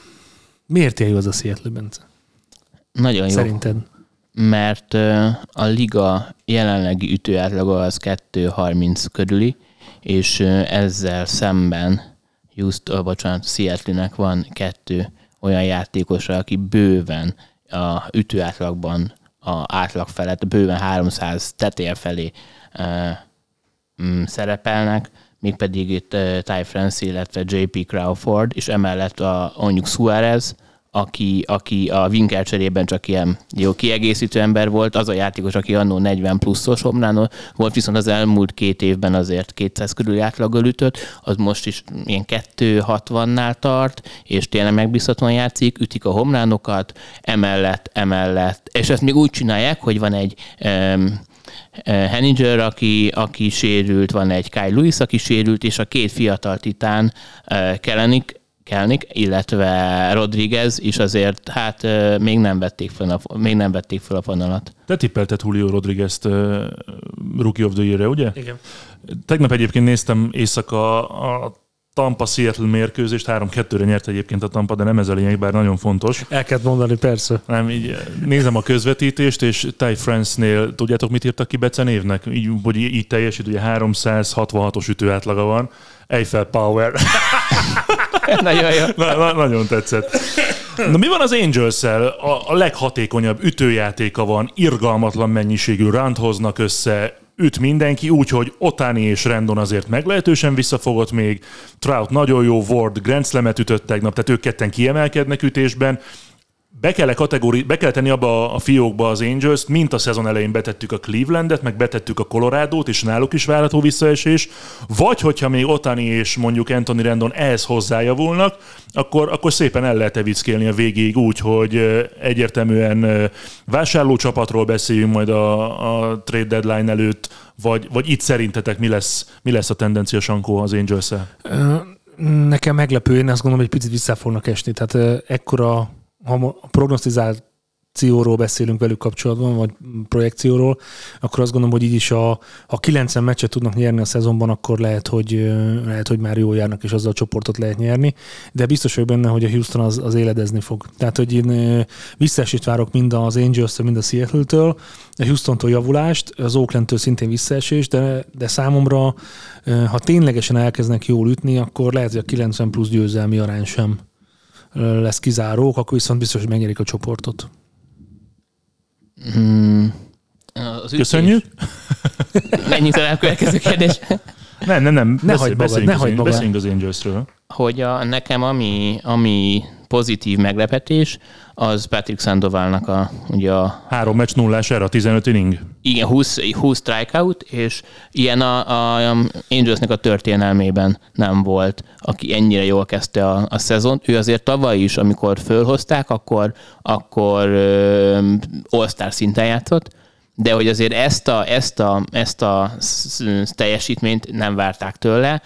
E: Miért ilyen jó az a Seattle, Bence?
F: Nagyon jó.
E: Szerinted?
F: Mert a liga jelenlegi ütőátlaga az kettő harminc körüli, és ezzel szemben Houston, bocsánat, Seattle-nek van kettő olyan játékosa, aki bőven a ütőátlagban a átlag felett, bőven háromszáz tetér felé e, m, szerepelnek, mégpedig itt e, Ty France, illetve jé pé Crawford, és emellett a, mondjuk Suárez, aki, aki a Winker cserében csak ilyen jó kiegészítő ember volt, az a játékos, aki annó negyven pluszos homlán volt, viszont az elmúlt két évben azért kétszáz körüli átlaggal ütött, az most is ilyen kettő hatvannál tart, és tényleg megbízhatóan játszik, ütik a homlánokat, emellett, emellett, és ezt még úgy csinálják, hogy van egy um, Henninger, aki, aki sérült, van egy Kyle Lewis, aki sérült, és a két fiatal titán uh, Kellenik, Kelnik, illetve Rodriguez is azért hát még nem vették fel a, még nem vették fel a fonalat.
D: Te tippelted Julio Rodriguez-t uh, Rookie of the Year-re, ugye?
E: Igen.
D: Tegnap egyébként néztem éjszaka a Tampa-Seattle mérkőzést, három kettőre nyert egyébként a Tampa, de nem ez a lényeg, bár nagyon fontos.
E: El kell mondani, persze.
D: Nem, így nézem a közvetítést, és Ty France-nél tudjátok, mit írtak ki Bece névnek? Így, hogy így teljesít, ugye háromszázhatvanhatos ütőátlaga van. Eiffel Power.
F: Nagyon jó.
D: Na, na, nagyon tetszett. Na mi van az Angels-szel? A, a leghatékonyabb ütőjátéka van, irgalmatlan mennyiségű runt hoznak össze, üt mindenki, úgyhogy Ohtani és Rendon azért meglehetősen visszafogott még. Trout nagyon jó, Ward Grand Slam-et ütött tegnap, tehát ők ketten kiemelkednek ütésben. Be kell, kategóri- be kell tenni abba a fiókba az Angels-t, mint a szezon elején betettük a Clevelandet, meg betettük a Colorado-t, és náluk is várható visszaesés. Vagy hogyha még Ohtani és mondjuk Anthony Rendon ehhez hozzájavulnak, akkor, akkor szépen el lehet evickélni a végéig úgy, hogy egyértelműen vásárlócsapatról beszéljünk majd a, a trade deadline előtt, vagy, vagy itt szerintetek mi lesz, mi lesz a tendencia, Sankó, az Angels-szel?
E: Nekem meglepő, én azt gondolom, hogy picit vissza fognak esni. Tehát ekkora, ha a prognosztizációról beszélünk velük kapcsolatban, vagy projekcióról, akkor azt gondolom, hogy így is, a, ha kilencven meccset tudnak nyerni a szezonban, akkor lehet, hogy, lehet, hogy már jól járnak, és azzal a csoportot lehet nyerni. De biztos vagyok benne, hogy a Houston az, az éledezni fog. Tehát, hogy én visszaesést várok mind az Angels-től, mind a Seattle-től, a Houstontól javulást, az Oaklandtől szintén visszaesés, de, de számomra, ha ténylegesen elkezdenek jól ütni, akkor lehet, hogy a kilencven plusz győzelmi arány sem lesz kizárók, akkor viszont biztos, hogy megnyerik a csoportot.
F: Hmm.
D: Köszönjük.
F: Menjünk tovább a következő kérdés.
D: Nem, nem, nem.
E: Ne hagyd magad, ne hagyd magad.
D: Beszéljünk az Angelsről.
F: Hogy a, nekem ami, ami pozitív meglepetés, az Patrick Sandovalnak a, ugye a...
D: Három meccs nullás erre, a tizenöt inning.
F: Igen, húsz, húsz strikeout, és ilyen a, a Angelsnek a történelmében nem volt, aki ennyire jól kezdte a, a szezont. Ő azért tavaly is, amikor fölhozták, akkor, akkor ö, All-Star szinten játszott, de hogy azért ezt a, ezt a, ezt a teljesítményt nem várták tőle,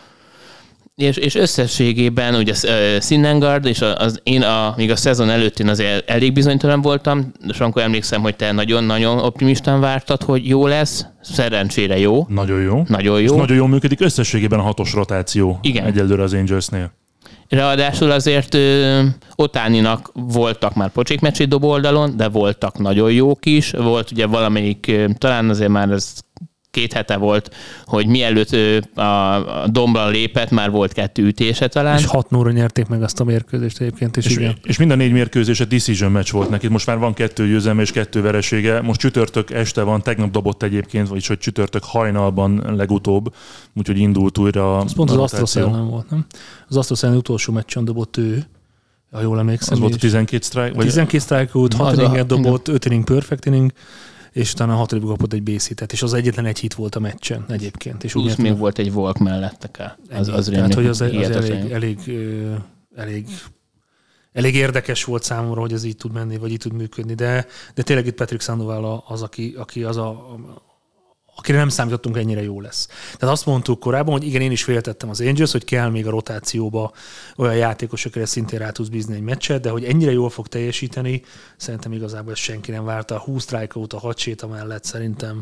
F: és, és összességében ugye uh, Syndergaard, és az, én a, még a szezon előtt én azért elég bizonytalan voltam, és akkor emlékszem, hogy te nagyon-nagyon optimistán vártad, hogy jó lesz, szerencsére jó.
D: Nagyon jó.
F: Nagyon jó.
D: És nagyon jól működik összességében a hatos rotáció.
F: Igen.
D: Egyelőre az Angelsnél.
F: Ráadásul azért ö, Otáninak voltak már pocsékmeccsét dob oldalon, de voltak nagyon jók is. Volt ugye valamelyik, ö, talán azért már ez két hete volt, hogy mielőtt ö, a, a dombra lépett, már volt kettő ütése talán.
E: És hat nulla nyerték meg azt a mérkőzést egyébként, és,
D: És,
E: igen.
D: és mind a négy mérkőzés a decision match volt neki. Most már van kettő győzelme és kettő veresége. Most csütörtök este van, tegnap dobott egyébként, vagyis hogy csütörtök hajnalban legutóbb, úgyhogy indult újra.
E: Az pont az Astros ellen volt, nem? Az Astros ellen utolsó meccsen dobott ő, ha jól emlékszem.
D: Az volt a tizenkét strike? Vagy...
E: tizenkét strike-út, hat
F: Az a-
E: inninget dobott, öt inning perfect inning, és utána a hatodikba kapott egy base-hitet, és az egyetlen egy hit volt a meccsen egyébként. És
F: Plusz
E: úgy
F: még
E: nyert-
F: volt egy walk mellette kell. Az, az
E: Tehát, hogy az, az
F: hihetetlen.
E: elég, elég, ö, elég, elég érdekes volt számomra, hogy ez így tud menni, vagy így tud működni, de, de tényleg itt Patrick Sandoval az, aki, aki az a, akire nem számítottunk, ennyire jó lesz. Tehát azt mondtuk korábban, hogy igen, én is féltettem az Angels, hogy kell még a rotációba olyan játékosok, akire szintén rá tudsz bízni egy meccset, de hogy ennyire jól fog teljesíteni, szerintem igazából ezt senki nem várta. A húsz strikeout a hat séta mellett szerintem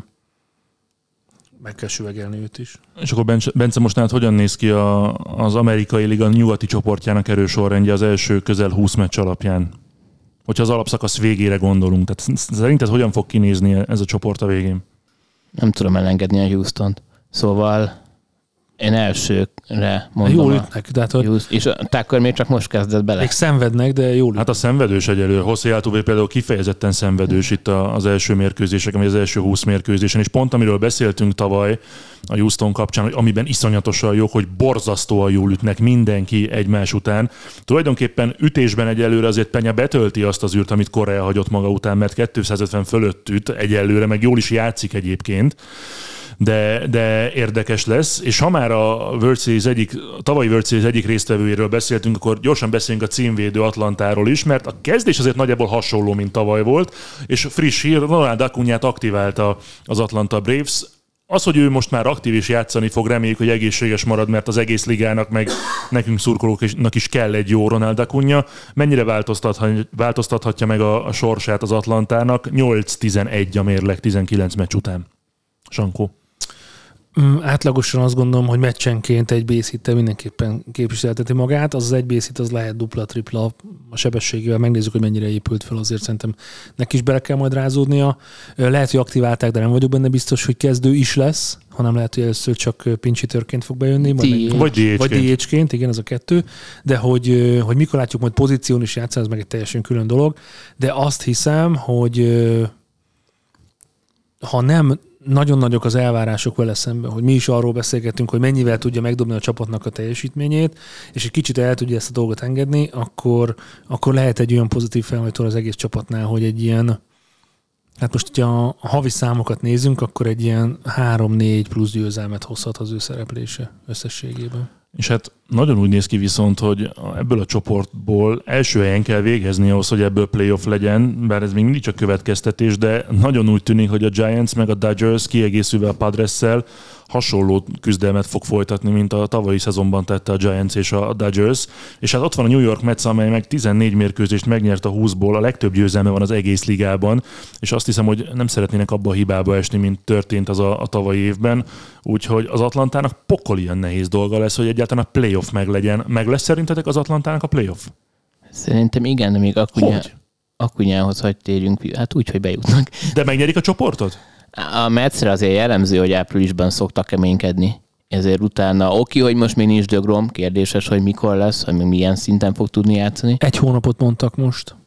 E: meg kell süvegelni őt is.
D: És akkor Bence, Bence most nálad hogyan néz ki a, az amerikai liga nyugati csoportjának erős sorrendje az első közel húsz meccs alapján? Hogyha az alapszakasz végére gondolunk. Tehát szerinted hogyan fog kinézni ez a csoport a végén?
F: Nem tudom elengedni a Houstont. Szóval én elsőre mondom.
E: Jól
F: a
E: ütnek, tehát hogy
F: Houston, és a Tucker még csak most kezdett bele.
E: még szenvednek, de jól ütnek.
D: Hát a szenvedős egyelőre. José Altuve például kifejezetten szenvedős itt az első mérkőzéseken, vagy az első húsz mérkőzésen, és pont amiről beszéltünk tavaly a Houston kapcsán, hogy amiben iszonyatosan jók, hogy borzasztóan jól ütnek mindenki egymás után. Tulajdonképpen ütésben egyelőre azért Penya betölti azt az űrt, amit Correa hagyott maga után, mert kétszázötven fölött üt egyelőre, meg jól is játszik egyébként. De, de érdekes lesz, és ha már a World Series egyik, a tavalyi World Series egyik résztvevőjéről beszéltünk, akkor gyorsan beszéljünk a címvédő Atlantáról is, mert a kezdés azért nagyjából hasonló, mint tavaly volt, és friss hír, Ronald Acuñát aktiválta az Atlanta Braves. Az, hogy ő most már aktív és játszani fog, reméljük, hogy egészséges marad, mert az egész ligának, meg nekünk szurkolóknak is kell egy jó Ronald Acuña. Mennyire változtathatja, változtathatja meg a, a sorsát az Atlantának? nyolc tizenegy a mérleg tizenkilenc meccs után. Sankó.
E: Mm, átlagosan azt gondolom, hogy meccsenként egy base hittel mindenképpen képviselteti magát. Az az egy base hit, az lehet dupla, tripla a sebességével. Megnézzük, hogy mennyire épült fel, azért szerintem neki is bele kell majd rázódnia. Lehet, hogy aktiválták, de nem vagyok benne biztos, hogy kezdő is lesz, hanem lehet, hogy először csak pinch-hitterként fog bejönni.
D: Vagy dé há-ként.
E: Vagy dé há-ként, igen, az a kettő. De hogy, hogy mikor látjuk majd pozíción is játszani, ez meg egy teljesen külön dolog. De azt hiszem, hogy ha nem nagyon nagyok az elvárások vele szemben, hogy mi is arról beszélgettünk, hogy mennyivel tudja megdobni a csapatnak a teljesítményét, és egy kicsit el tudja ezt a dolgot engedni, akkor, akkor lehet egy olyan pozitív felhajtó az egész csapatnál, hogy egy ilyen, hát most, hogyha a havi számokat nézünk, akkor egy ilyen három-négy plusz győzelmet hozhat az ő szereplése összességében.
D: És hát nagyon úgy néz ki viszont, hogy ebből a csoportból első helyen kell végezni ahhoz, hogy ebből playoff legyen, bár ez még mindig csak következtetés, de nagyon úgy tűnik, hogy a Giants meg a Dodgers kiegészülve a Padresszel hasonló küzdelmet fog folytatni, mint a tavalyi szezonban tette a Giants és a Dodgers. És hát ott van a New York Mets, amely meg tizennégy mérkőzést megnyert a húszból, a legtöbb győzelme van az egész ligában, és azt hiszem, hogy nem szeretnének abba a hibába esni, mint történt az a, a tavalyi évben. Úgyhogy az Atlantának pokol ilyen nehéz dolga lesz, hogy egyáltalán a playoff meg legyen. Meg lesz szerintetek az Atlantának a playoff?
F: Szerintem igen, de még Acuñához hogy térjünk, hát úgy, hogy bejutnak.
D: De megnyerik a csoportot?
F: A Metsre azért jellemző, hogy áprilisban szoktak keménykedni. Ezért utána oké, hogy most még nincs DeGrom, kérdéses, hogy mikor lesz, hogy még milyen szinten fog tudni játszani.
E: Egy hónapot mondtak most.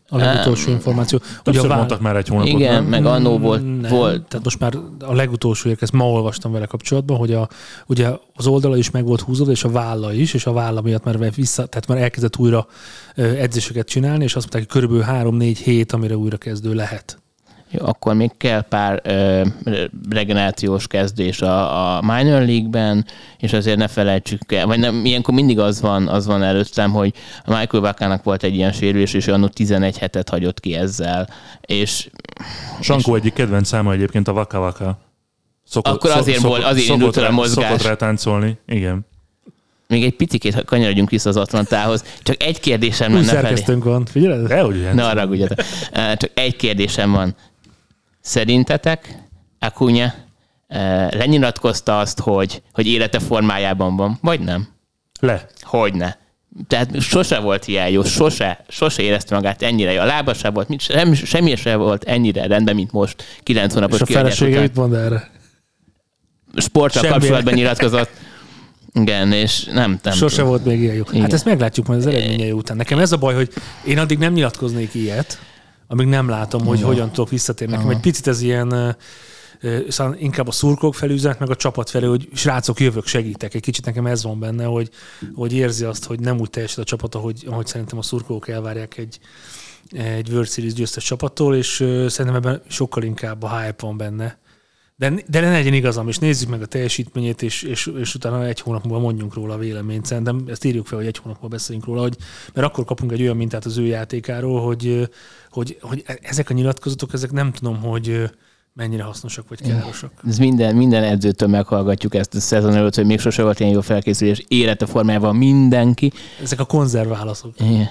E: A legutolsó információ.
D: Többször
E: a vál...
D: mondtak már egy hónapot,
F: Igen,
D: nem?
F: meg annó volt,
E: nem,
F: volt.
E: Tehát most már a legutolsó ezt ma olvastam vele kapcsolatban, hogy a, ugye az oldala is meg volt húzódva, és a válla is, és a válla miatt már vissza, tehát már elkezdett újra edzéseket csinálni, és azt mondták, hogy körülbelül három-négy hét, amire újra kezdő lehet.
F: Jó, akkor még kell pár ö, regenerációs kezdés a, a minor league-ben, és azért ne felejtsük el, vagy nem, ilyenkor mindig az van, az van előttem, hogy a Michael Wakának volt egy ilyen sérülés, és annól tizenegy hetet hagyott ki ezzel. És,
D: Sankó és... egyik kedvenc száma egyébként a Waka Waka. Szokott,
F: akkor azért, szokott, azért indult el a mozgás.
D: Szokott rá táncolni, igen.
F: Még egy picikét kanyarodjunk vissza az Atlantához. Csak egy kérdésem lenne felé.
E: Szerkesztőnk van, figyeled?
D: Dehogy
F: ne arra gudjatok. Csak egy kérdésem van. Szerintetek Acuna lenyilatkozta azt, hogy, hogy élete formájában van, vagy nem?
D: Le.
F: Hogyne. Tehát sose volt ilyen jó, sose, sose érezte magát ennyire jó. A lába sem volt, semmi, semmi sem volt ennyire rendben, mint most, kilenc hónapos kiadás után.
E: És a felesége mit mond erre?
F: Sporttal
E: Semmi.
F: kapcsolatban nyilatkozott. Igen, és nem, nem
E: Sose
F: tudom.
E: volt még ilyen jó.
F: Igen.
E: Hát ezt meglátjuk majd az eredményei után. Nekem ez a baj, hogy én addig nem nyilatkoznék ilyet, amíg nem látom, hogy
F: Aha.
E: hogyan tudok visszatérni. Nekem egy picit ez ilyen, szóval inkább a szurkolók felé üzenet, meg a csapat felé, hogy srácok, jövök, segítek. Egy kicsit nekem ez van benne, hogy, hogy érzi azt, hogy nem úgy teljesít a csapat, ahogy, ahogy szerintem a szurkolók elvárják egy, egy World Series győztes csapattól, és szerintem ebben sokkal inkább a hype van benne. De, de ne legyen igazam, és nézzük meg a teljesítményét, és, és, és utána egy hónap múlva mondjunk róla a véleményt. Szerintem ezt írjuk fel, hogy egy hónap múlva beszéljünk róla, hogy, mert akkor kapunk egy olyan mintát az ő játékáról, hogy, hogy, hogy ezek a nyilatkozatok, ezek nem tudom, hogy mennyire hasznosak vagy károsak.
F: Ez minden, minden edzőtől meghallgatjuk ezt a szezon előtt, hogy még sose volt ilyen jó felkészülés, élete formájában mindenki.
E: Ezek a konzervválaszok.
F: Igen.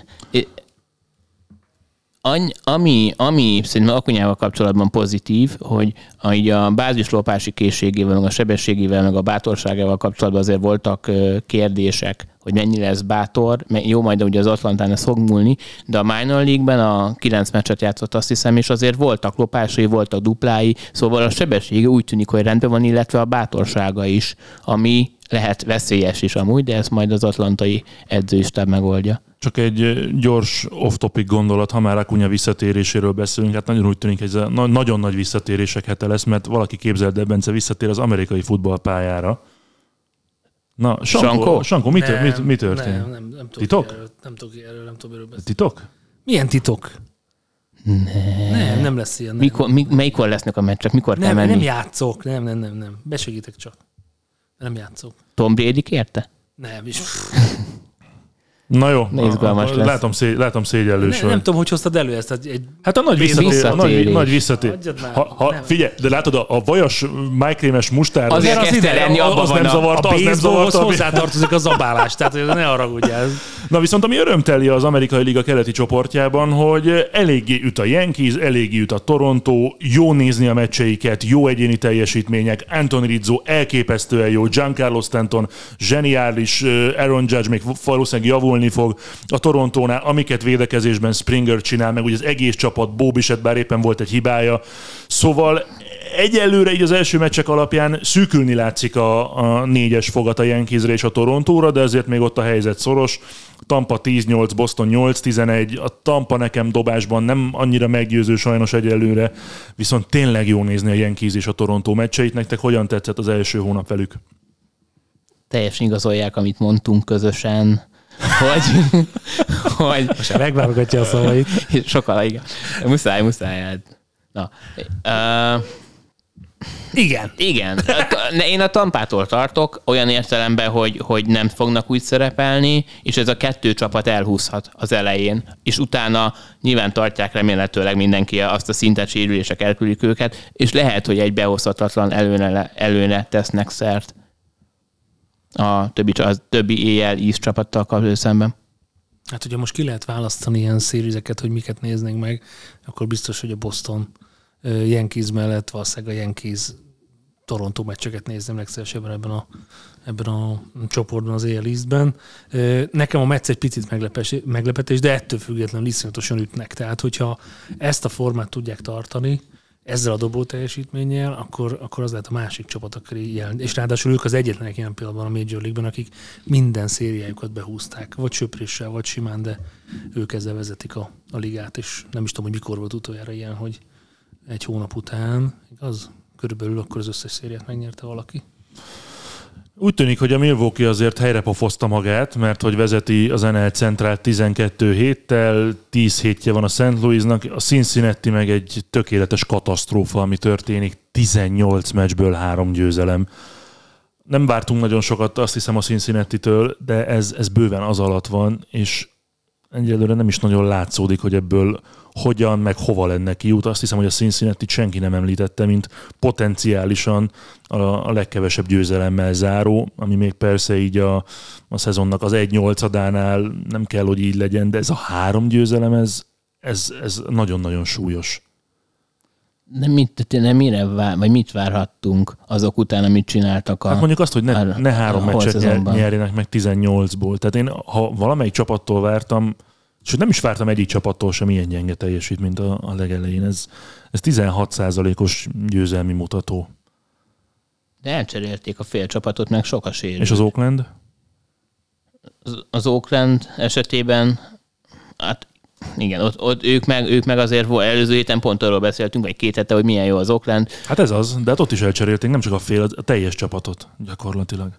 F: Ami, ami szerintem Acuñával kapcsolatban pozitív, hogy a, a bázislopási készségével, meg a sebességével, meg a bátorságával kapcsolatban azért voltak kérdések, hogy mennyire lesz bátor. Jó, majd ugye az Atlantán ez fog múlni, de a minor league-ben a kilenc meccset játszott, azt hiszem, és azért voltak lopásai, voltak duplái, szóval a sebessége úgy tűnik, hogy rendben van, illetve a bátorsága is, ami lehet veszélyes is amúgy, de ezt majd az atlantai edzőistáb megoldja.
D: Csak egy gyors off-topic gondolat, ha már Acuna visszatéréséről beszélünk, hát nagyon úgy tűnik, hogy ez a nagyon nagy visszatérések hete lesz, mert valaki képzeld el, Bence visszatér az amerikai futballpályára. Na, Sankó, Sankó mi,
E: nem,
D: mi, mi történt?
E: Nem, nem, nem
D: titok?
E: Erről, nem tudok erről, nem tudom erről beszélni.
D: Titok?
E: Milyen titok?
F: Nem.
E: Nem, nem lesz ilyen. Nem.
F: Mikor, mi, melyikor lesznek a meccsek? Mikor kell
E: nem,
F: menni?
E: nem játszok, nem, nem, nem, nem. Besegítek csak. Nem játszok.
F: Tom Brady kérte?
E: Nem, is.
D: Na jó,
F: izgalmas lesz.
D: Látom, szégy, látom szégyellős.
E: Nem, nem tudom, hogy hoztad elő ezt. Egy
D: hát a nagy visszatérés. A nagy, nagy visszatér. Ha, ha, figyelj, de látod, a, a vajas, májkrémes mustár...
F: Azért az kezdte lenni, abban
D: az
F: van
D: nem zavarta,
E: a
D: az nem zavarta.
E: hozzátartozik a zabálás, tehát ne haragudjál.
D: Na viszont ami örömteli az amerikai liga keleti csoportjában, hogy eléggé üt a Yankees, eléggé üt a Toronto, jó nézni a meccseiket, jó egyéni teljesítmények, Anthony Rizzo elképesztően jó, Giancarlo Stanton zseniális, Aaron Judge még valószínűleg javulni fog. A Torontónál, amiket védekezésben Springer csinál, meg ugye az egész csapat, Bo Bichette, bár éppen volt egy hibája. Szóval egyelőre így az első meccsek alapján szűkülni látszik a, a négyes fogat a Yankeesre és a Torontóra, de ezért még ott a helyzet szoros. Tampa tíz nyolc, Boston nyolc tizenegy, a Tampa nekem dobásban nem annyira meggyőző sajnos egyelőre, viszont tényleg jó nézni a Yankees és a Toronto meccseit. Nektek hogyan tetszett az első hónap velük?
F: Teljesen igazolják, amit mondtunk közösen, hogy... hogy
E: most megválogatja a szavait.
F: Sokkal, igen. Muszáj, muszáj. Hát. Na. Uh,
E: igen.
F: Igen. Én a Tampától tartok, olyan értelemben, hogy, hogy nem fognak úgy szerepelni, és ez a kettő csapat elhúzhat az elején, és utána nyilván tartják remélhetőleg mindenki azt a szintet, sérülések elküldik őket, és lehet, hogy egy behozhatatlan előne, előne tesznek szert a többi, a többi á el East csapattal kapcsolatban szemben.
E: Hát ugye most ki lehet választani ilyen szériezeket, hogy miket néznénk meg, akkor biztos, hogy a Boston Yankees mellett valószínűleg a Yankees Toronto meccseket nézném legszívesebben ebben a, ebben a csoportban, az á el Eastben. Nekem a meccs egy picit meglepetés, de ettől függetlenül iszonyatosan ütnek. Tehát, hogyha ezt a formát tudják tartani, ezzel a dobó teljesítménnyel, akkor, akkor az lehet a másik csapat, aki jelen. És ráadásul ők az egyetlenek ilyen pillanatban a Major League-ben, akik minden szériájukat behúzták, vagy söpréssel, vagy simán, de ők ezzel vezetik a, a ligát, és nem is tudom, hogy mikor volt utoljára ilyen, hogy egy hónap után, igaz? Körülbelül akkor az összes szériát megnyerte valaki.
D: Úgy tűnik, hogy a Milwaukee azért helyre pofozta magát, mert hogy vezeti az en el Centrát tizenkettő héttel, tíz hétje van a Saint Louisnak, a Cincinnati meg egy tökéletes katasztrófa, ami történik, tizennyolc meccsből három győzelem. Nem vártunk nagyon sokat, azt hiszem, a Cincinnati-től, de ez, ez bőven az alatt van, és egyelőre nem is nagyon látszódik, hogy ebből hogyan, meg hova lenne kiút. Azt hiszem, hogy a Cincinnati-t senki nem említette, mint potenciálisan a, a legkevesebb győzelemmel záró, ami még persze így a, a szezonnak az egy nyolcadánál nem kell, hogy így legyen, de ez a három győzelem, ez, ez, ez nagyon-nagyon súlyos.
F: De mit, nem mire vár, vagy mit várhattunk azok után, amit csináltak a...
D: Hát mondjuk azt, hogy ne,
F: a,
D: ne három
F: a
D: meccset nyerjenek meg tizennyolcból. Tehát én, ha valamelyik csapattól vártam, sőt nem is vártam egyik csapattól sem ilyen gyenge teljesít, mint a, a legelején. Ez, ez tizenhat százalékos győzelmi mutató.
F: De elcserélték a fél csapatot, meg sok a sérül.
D: És az Oakland?
F: Az, az Oakland esetében, hát igen, ott, ott ők, meg, ők meg azért volt, előző héten pont arról beszéltünk, vagy két hete, hogy milyen jó az Oakland.
D: Hát ez az, de hát ott is elcserélték, nem csak a fél, a teljes csapatot gyakorlatilag.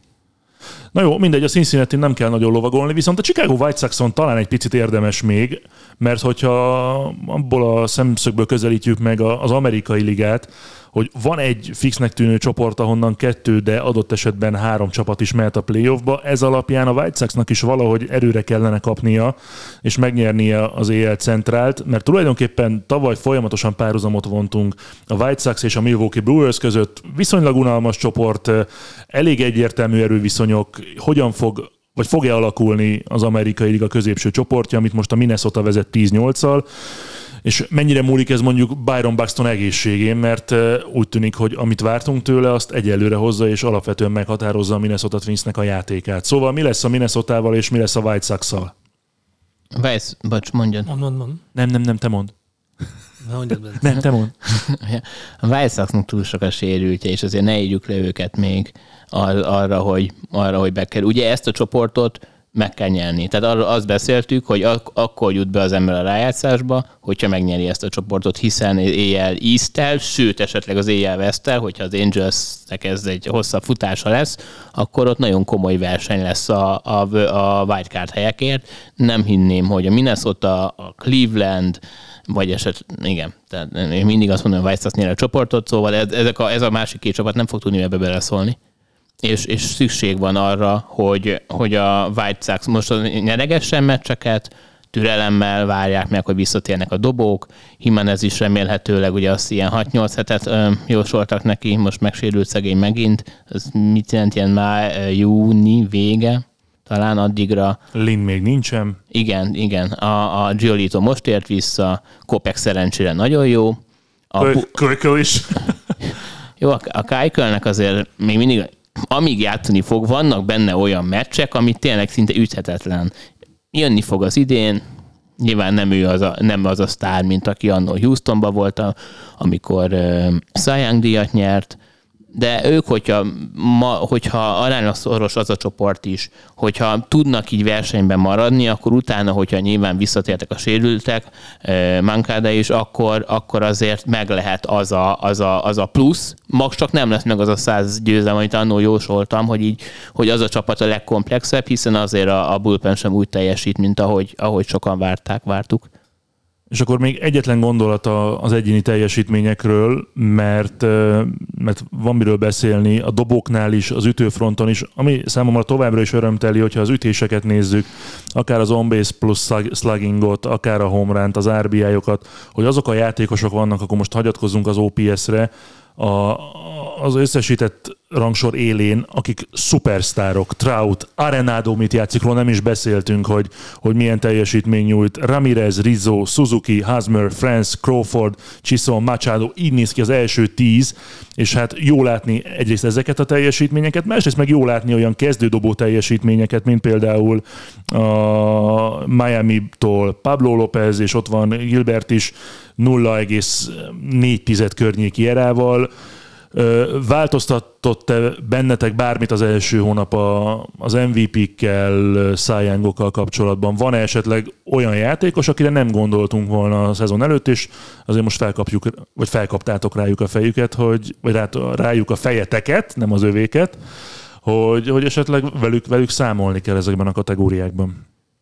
D: Na jó, mindegy, a Cincinnati nem kell nagyon lovagolni, viszont a Chicago White Soxon talán egy picit érdemes még, mert hogyha abból a szemszögből közelítjük meg az amerikai ligát, hogy van egy fixnek tűnő csoport, ahonnan kettő, de adott esetben három csapat is mehet a playoffba, ez alapján a White Soxnak is valahogy erőre kellene kapnia, és megnyernie az á el Centrált, mert tulajdonképpen tavaly folyamatosan párhuzamot vontunk a White Sox és a Milwaukee Brewers között, viszonylag unalmas csoport, elég egyértelmű erőviszonyok, hogyan fog vagy fog-e alakulni az amerikai liga középső csoportja, amit most a Minnesota vezet tíz nyolccal, és mennyire múlik ez mondjuk Byron Buxton egészségén, mert úgy tűnik, hogy amit vártunk tőle, azt egyelőre hozza, és alapvetően meghatározza a Minnesota Twinsnek a játékát. Szóval mi lesz a Minnesotával, és mi lesz a White Sox-szal?
F: Weiss, bocs, mondjad.
E: Mond, mond, mond.
D: Nem, nem, nem, te mond.
E: Mondjad be.
D: Nem, te mond.
F: A White Soxnak túl sok a sérültje, és azért ne írjuk le őket még ar- arra, hogy, arra, hogy bekerül. Ugye ezt a csoportot meg kell nyerni. Tehát arról azt beszéltük, hogy ak- akkor jut be az ember a rájátszásba, hogyha megnyeri ezt a csoportot, hiszen á el East-tel, sőt esetleg az á el West-tel, hogyha az Angelsnek ez egy hosszabb futása lesz, akkor ott nagyon komoly verseny lesz a, a, a wildcard helyekért. Nem hinném, hogy a Minnesota, a Cleveland, vagy esetleg, igen, tehát én mindig azt mondom, hogy White Sox nyer a csoportot, szóval ez, ezek a, ez a másik két csapat nem fog tudni ebbe beleszólni. És, és szükség van arra, hogy, hogy a White Sox most nyeregessen meccseket, türelemmel várják meg, hogy visszatérnek a dobók. Jimenez is remélhetőleg, ugye azt ilyen hat-nyolc hetet ö, jósoltak neki, most megsérült szegény megint. Ez mit jelent, ilyen már júni vége? Talán addigra.
D: Lin még nincsen.
F: Igen, igen. A, a Giolito most ért vissza, Kopek szerencsére nagyon jó.
D: Kölykö is.
F: Jó, a Keuchelnek azért még mindig, amíg játszani fog, vannak benne olyan meccsek, ami tényleg szinte üthetetlen. Jönni fog az idén, nyilván nem ő az a, nem az a sztár, mint aki annó Houstonban volt, amikor uh, Cy Young díjat nyert, de ők, hogyha, ma, hogyha aránylag szoros az a csoport is, hogyha tudnak így versenyben maradni, akkor utána, hogyha nyilván visszatértek a sérültek, Mancada is, akkor, akkor azért meg lehet az a, az, a, az a plusz. Max csak nem lesz meg az a száz győzelem, amit annól jósoltam, hogy, így, hogy az a csapat a legkomplexebb, hiszen azért a, a bullpen sem úgy teljesít, mint ahogy, ahogy sokan várták, vártuk.
D: És akkor még egyetlen gondolat az egyéni teljesítményekről, mert, mert van miről beszélni a dobóknál is, az ütőfronton is, ami számomra továbbra is örömteli, hogyha az ütéseket nézzük, akár az on-base plusz sluggingot, akár a home runt, az er bé i-okat, hogy azok a játékosok vannak, akkor most hagyatkozzunk az o pé es-re, a, az összesített rangsor élén, akik szupersztárok, Trout, Arenado, mit játszik, róla nem is beszéltünk, hogy, hogy milyen teljesítmény nyújt. Ramirez, Rizzo, Suzuki, Hosmer, France, Crawford, Chisholm, Machado, így néz ki az első tíz, és hát jó látni egyrészt ezeket a teljesítményeket, másrészt meg jó látni olyan kezdődobó teljesítményeket, mint például a Miami-tól Pablo López, és ott van Gilbert is nulla egész négy környéki erával. Változtatott-e bennetek bármit az első hónap az em vé pé-kkel, Cy Young-okkal kapcsolatban? Van-e esetleg olyan játékos, akire nem gondoltunk volna a szezon előtt, és azért most felkapjuk, vagy felkaptátok rájuk a fejüket, hogy, vagy rá, rájuk a fejeteket, nem az övéket, hogy, hogy esetleg velük, velük számolni kell ezekben a kategóriákban?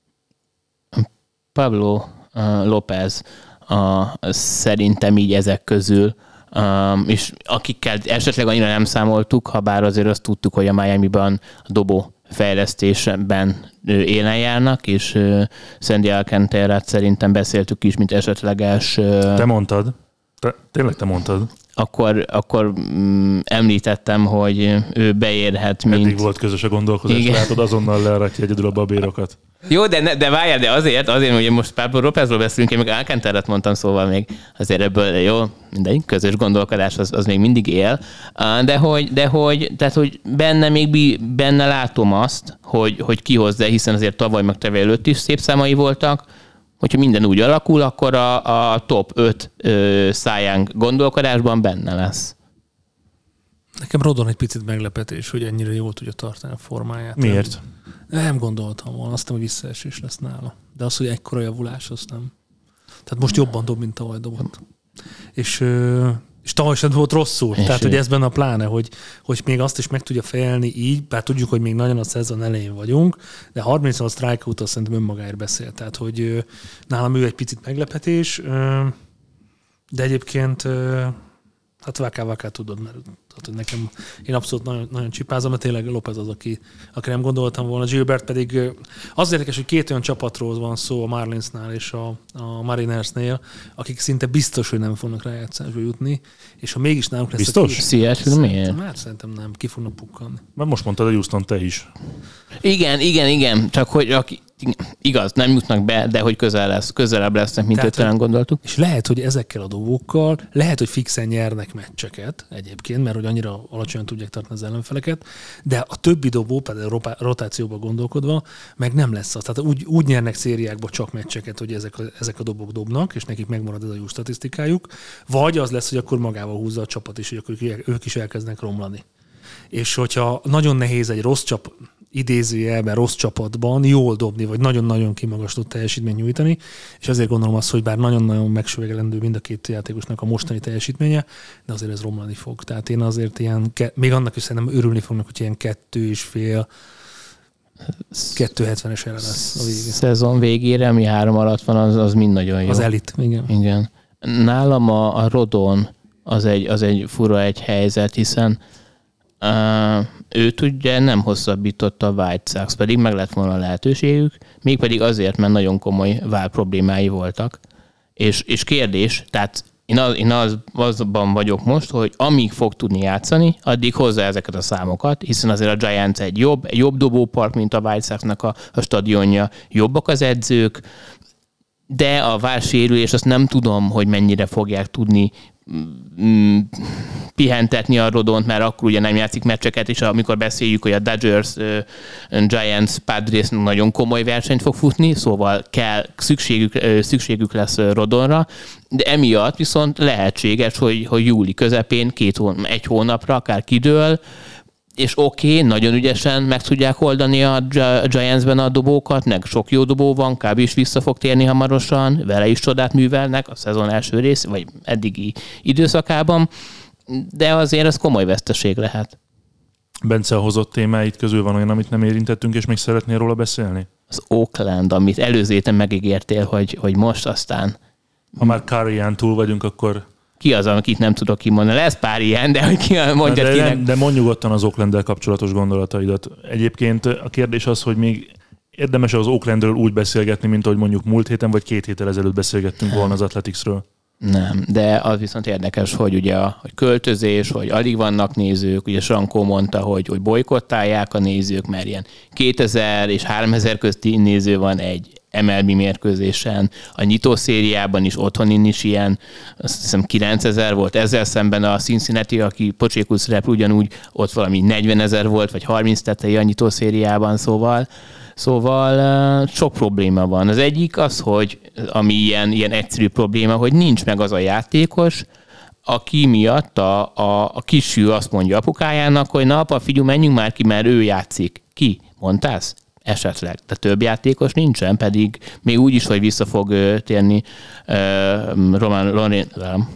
F: Pablo uh, López uh, szerintem így ezek közül, Um, és akikkel esetleg annyira nem számoltuk, ha bár azért azt tudtuk, hogy a Miami-ban a dobó fejlesztésben élen járnak, és uh, Sandy Alcantarát szerintem beszéltük is, mint esetleges... Uh,
D: te mondtad. Te, tényleg te mondtad.
F: Akkor, akkor um, említettem, hogy ő beérhet, mint...
D: Eddig volt közös a gondolkozás, igen. Látod, azonnal lerakja egyedül a babérokat.
F: Jó, de, ne, de várjál, de azért, azért, hogy most Pablo Lópezről beszélünk, én meg Alcantarat mondtam, szóval még azért ebből jó, mindegy, közös gondolkodás az, az még mindig él, de hogy, de hogy, tehát, hogy benne még benne látom azt, hogy, hogy kihozza, hiszen azért tavaly meg tavaly előtt is szép számai voltak, hogyha minden úgy alakul, akkor a, a top öt Cy Young gondolkodásban benne lesz.
E: Nekem Rodon egy picit meglepetés, hogy ennyire jól tudja tartani a formáját.
D: Miért?
E: Nem, nem gondoltam volna, azt nem, hogy visszaesés lesz nála. De az, hogy ekkora javulás, azt nem. Tehát most jobban dob, mint tavaly dobott. És, és tavaly sem volt rosszul. És Tehát, ő. hogy ez benne a pláne, hogy, hogy még azt is meg tudja fejelni így, bár tudjuk, hogy még nagyon a szezon elején vagyunk, de harmincnyolc strikeout azt szerintem önmagáért beszél. Tehát, hogy nálam ő egy picit meglepetés, de egyébként hát váká-váká tudod, mert tehát, hogy nekem, én abszolút nagyon, nagyon csipázom, mert tényleg López az, aki, aki nem gondoltam volna. Gilbert pedig az érdekes, hogy két olyan csapatról van szó a Marlinsnál és a, a Marinersnél, akik szinte biztos, hogy nem fognak rájátszásba jutni, és ha mégis nálunk lesz...
F: Biztos? Seattle miért?
E: Már szerintem nem, ki fognak pukkanni.
D: Mert most mondtad a Houston te is.
F: Igen, igen, igen, csak hogy aki, igaz, nem jutnak be, de hogy közel lesz, közelebb lesznek, mint ötven gondoltuk.
E: És lehet, hogy ezekkel a dobókkal, lehet, hogy fixen nyernek meccseket egyébként, mert hogy annyira alacsonyan tudják tartani az ellenfeleket, de a többi dobó, például rotációba gondolkodva, meg nem lesz az. Tehát úgy, úgy nyernek szériákba csak meccseket, hogy ezek a, ezek a dobók dobnak, és nekik megmarad ez a jó statisztikájuk, vagy az lesz, hogy akkor magával húzza a csapat is, hogy akkor ők is elkezdenek romlani. És hogyha nagyon nehéz egy rossz csapat, idézőjelben rossz csapatban jól dobni, vagy nagyon-nagyon kimagasló teljesítményt nyújtani, és azért gondolom azt, hogy bár nagyon-nagyon megsüvegelendő mind a két játékosnak a mostani teljesítménye, de azért ez romlani fog. Tehát én azért ilyen, még annak is szerintem örülni fognak, hogy ilyen kettő és fél, kettő hetvenes ellen lesz a végén.
F: Szezon végére, ami három alatt van, az, az mind nagyon jó.
E: Az elit, igen.
F: Igen. Nálam a, a Rodon az egy, az egy fura egy helyzet, hiszen Uh, őt ugye nem hosszabbította a White Sox, pedig meg lett volna a lehetőségük, mégpedig azért, mert nagyon komoly vál problémái voltak. És, és kérdés, tehát én, az, én az, azban vagyok most, hogy amíg fog tudni játszani, addig hozza ezeket a számokat, hiszen azért a Giants egy jobb, egy jobb dobópark, mint a White Sox-nak a, a stadionja, jobbak az edzők, de a válsérülés azt nem tudom, hogy mennyire fogják tudni mm, pihentetni a Rodont, mert akkor ugye nem játszik meccseket, és amikor beszéljük, hogy a Dodgers, uh, Giants, Padres nagyon komoly versenyt fog futni, szóval kell, szükségük, uh, szükségük lesz Rodonra, de emiatt viszont lehetséges, hogy, hogy júli közepén, két hón, egy hónapra akár kidől, és oké, okay, nagyon ügyesen meg tudják oldani a Giantsben a dobókat, meg sok jó dobó van, kb. Is vissza fog térni hamarosan, vele is csodát művelnek a szezon első rész, vagy eddigi időszakában, de azért ez komoly veszteség lehet.
D: Bence, a hozott témáit közül van olyan, amit nem érintettünk, és még szeretnél róla beszélni?
F: Az Oakland, amit előző héten megígértél, hogy, hogy most aztán...
D: Ha már Curryán túl vagyunk, akkor...
F: Ki az, akit nem tudok kimondani? Lesz pár ilyen, de hogy ki mondja
D: de,
F: kinek.
D: De mondj nyugodtan az Oaklanddel kapcsolatos gondolataidat. Egyébként a kérdés az, hogy még érdemes az Oaklandről úgy beszélgetni, mint ahogy mondjuk múlt héten vagy két héttel ezelőtt beszélgettünk volna az Athleticsről.
F: Nem, de az viszont érdekes, hogy ugye a hogy költözés, hogy alig vannak nézők, ugye Sankó mondta, hogy, hogy bolykottálják a nézők, mert ilyen kétezer és háromezer közti néző van egy em el bé mérkőzésen, a nyitószériában is, otthonin is ilyen, azt hiszem kilencezer volt, ezzel szemben a Cincinnati, aki pocsékusz rep ugyanúgy, ott valami negyvenezer volt, vagy harminc tetei a nyitószériában, szóval Szóval sok probléma van. Az egyik az, hogy ami ilyen, ilyen egyszerű probléma, hogy nincs meg az a játékos, aki miatt a, a, a kisfiú azt mondja apukájának, hogy na apa, figyelj, menjünk már ki, mert ő játszik. Ki? Mondtász? Esetleg. De több játékos nincsen, pedig még úgy is, hogy vissza fog uh, térni uh, Roman Lorin...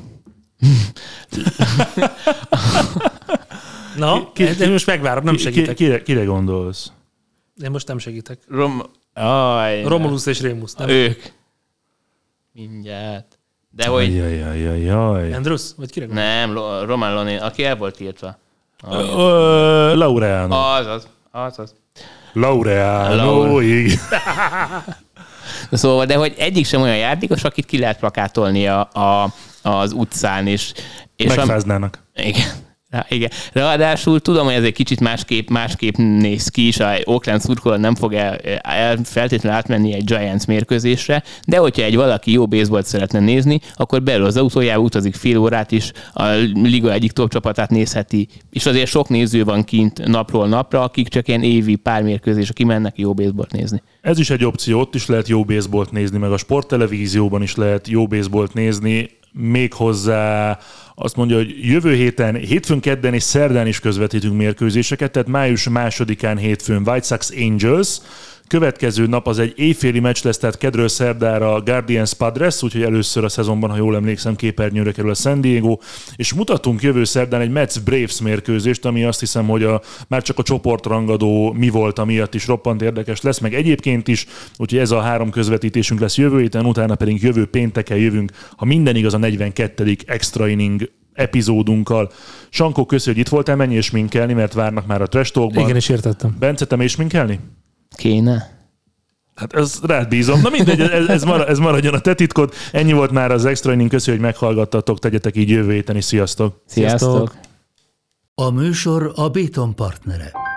E: Na, ki, ki, most megvárom, nem segítek.
D: Ki, kire, kire gondolsz?
E: Én most nem segítek.
F: Rom... Aj,
E: Romulus és Rémus, nem?
F: Ők. Mindjárt. De hogy...
D: Jaj, jaj, jaj, jaj.
E: Andrus? Vagy kire gondolsz?
F: Nem, Roman Lonin, aki el volt írtva.
D: Uh, Laureano.
F: Azaz, azaz.
D: Laureano,
F: Laure.
D: igen.
F: Szóval, de hogy egyik sem olyan játékos, akit ki lehet plakátolni a, a, az utcán. És, és
D: megfáznának.
F: A, igen. Ja, igen. Ráadásul tudom, hogy ez egy kicsit másképp, másképp néz ki is, a Oakland szurkoló nem fog el, el feltétlenül átmenni egy Giants mérkőzésre, de hogyha egy valaki jó baseballt szeretne nézni, akkor belül az autójába utazik fél órát is, a liga egyik top csapatát nézheti, és azért sok néző van kint napról napra, akik csak ilyen évi pár mérkőzésre kimennek jó baseballt nézni.
D: Ez is egy opció, ott is lehet jó baseballt nézni, meg a sporttelevízióban is lehet jó baseballt nézni, méghozzá azt mondja, hogy jövő héten, hétfőn, kedden és szerdán is közvetítünk mérkőzéseket, tehát május másodikán hétfőn White Sox Angels, következő nap az egy éjféli meccs lesz, tehát kedről szerdára Guardians Padres, úgyhogy először a szezonban, ha jól emlékszem, képernyőre kerül a San Diego, és mutatunk jövő szerdán egy Mets Braves mérkőzést, ami azt hiszem, hogy a, már csak a csoportrangadó mi volt, amiatt is roppant érdekes lesz, meg egyébként is, úgyhogy ez a három közvetítésünk lesz jövő héten, utána pedig jövő pénteken jövünk, ha minden igaz, a negyvenkettedik extra inning epizódunkkal. Sankó, köszi, hogy itt voltál, menj és minkelni, mert várnak már a Trash Talkban.
E: Igen, és értettem.
D: Bence, te és minkelni?
F: Kéne?
D: Hát ez rád bízom. Na mindegy, ez, ez, marad, ez maradjon a te titkod. Ennyi volt már az Extra Inning, köszi, hogy meghallgattatok, tegyetek így jövő héten is. Sziasztok!
F: Sziasztok!
A: A műsor a Béton partnere.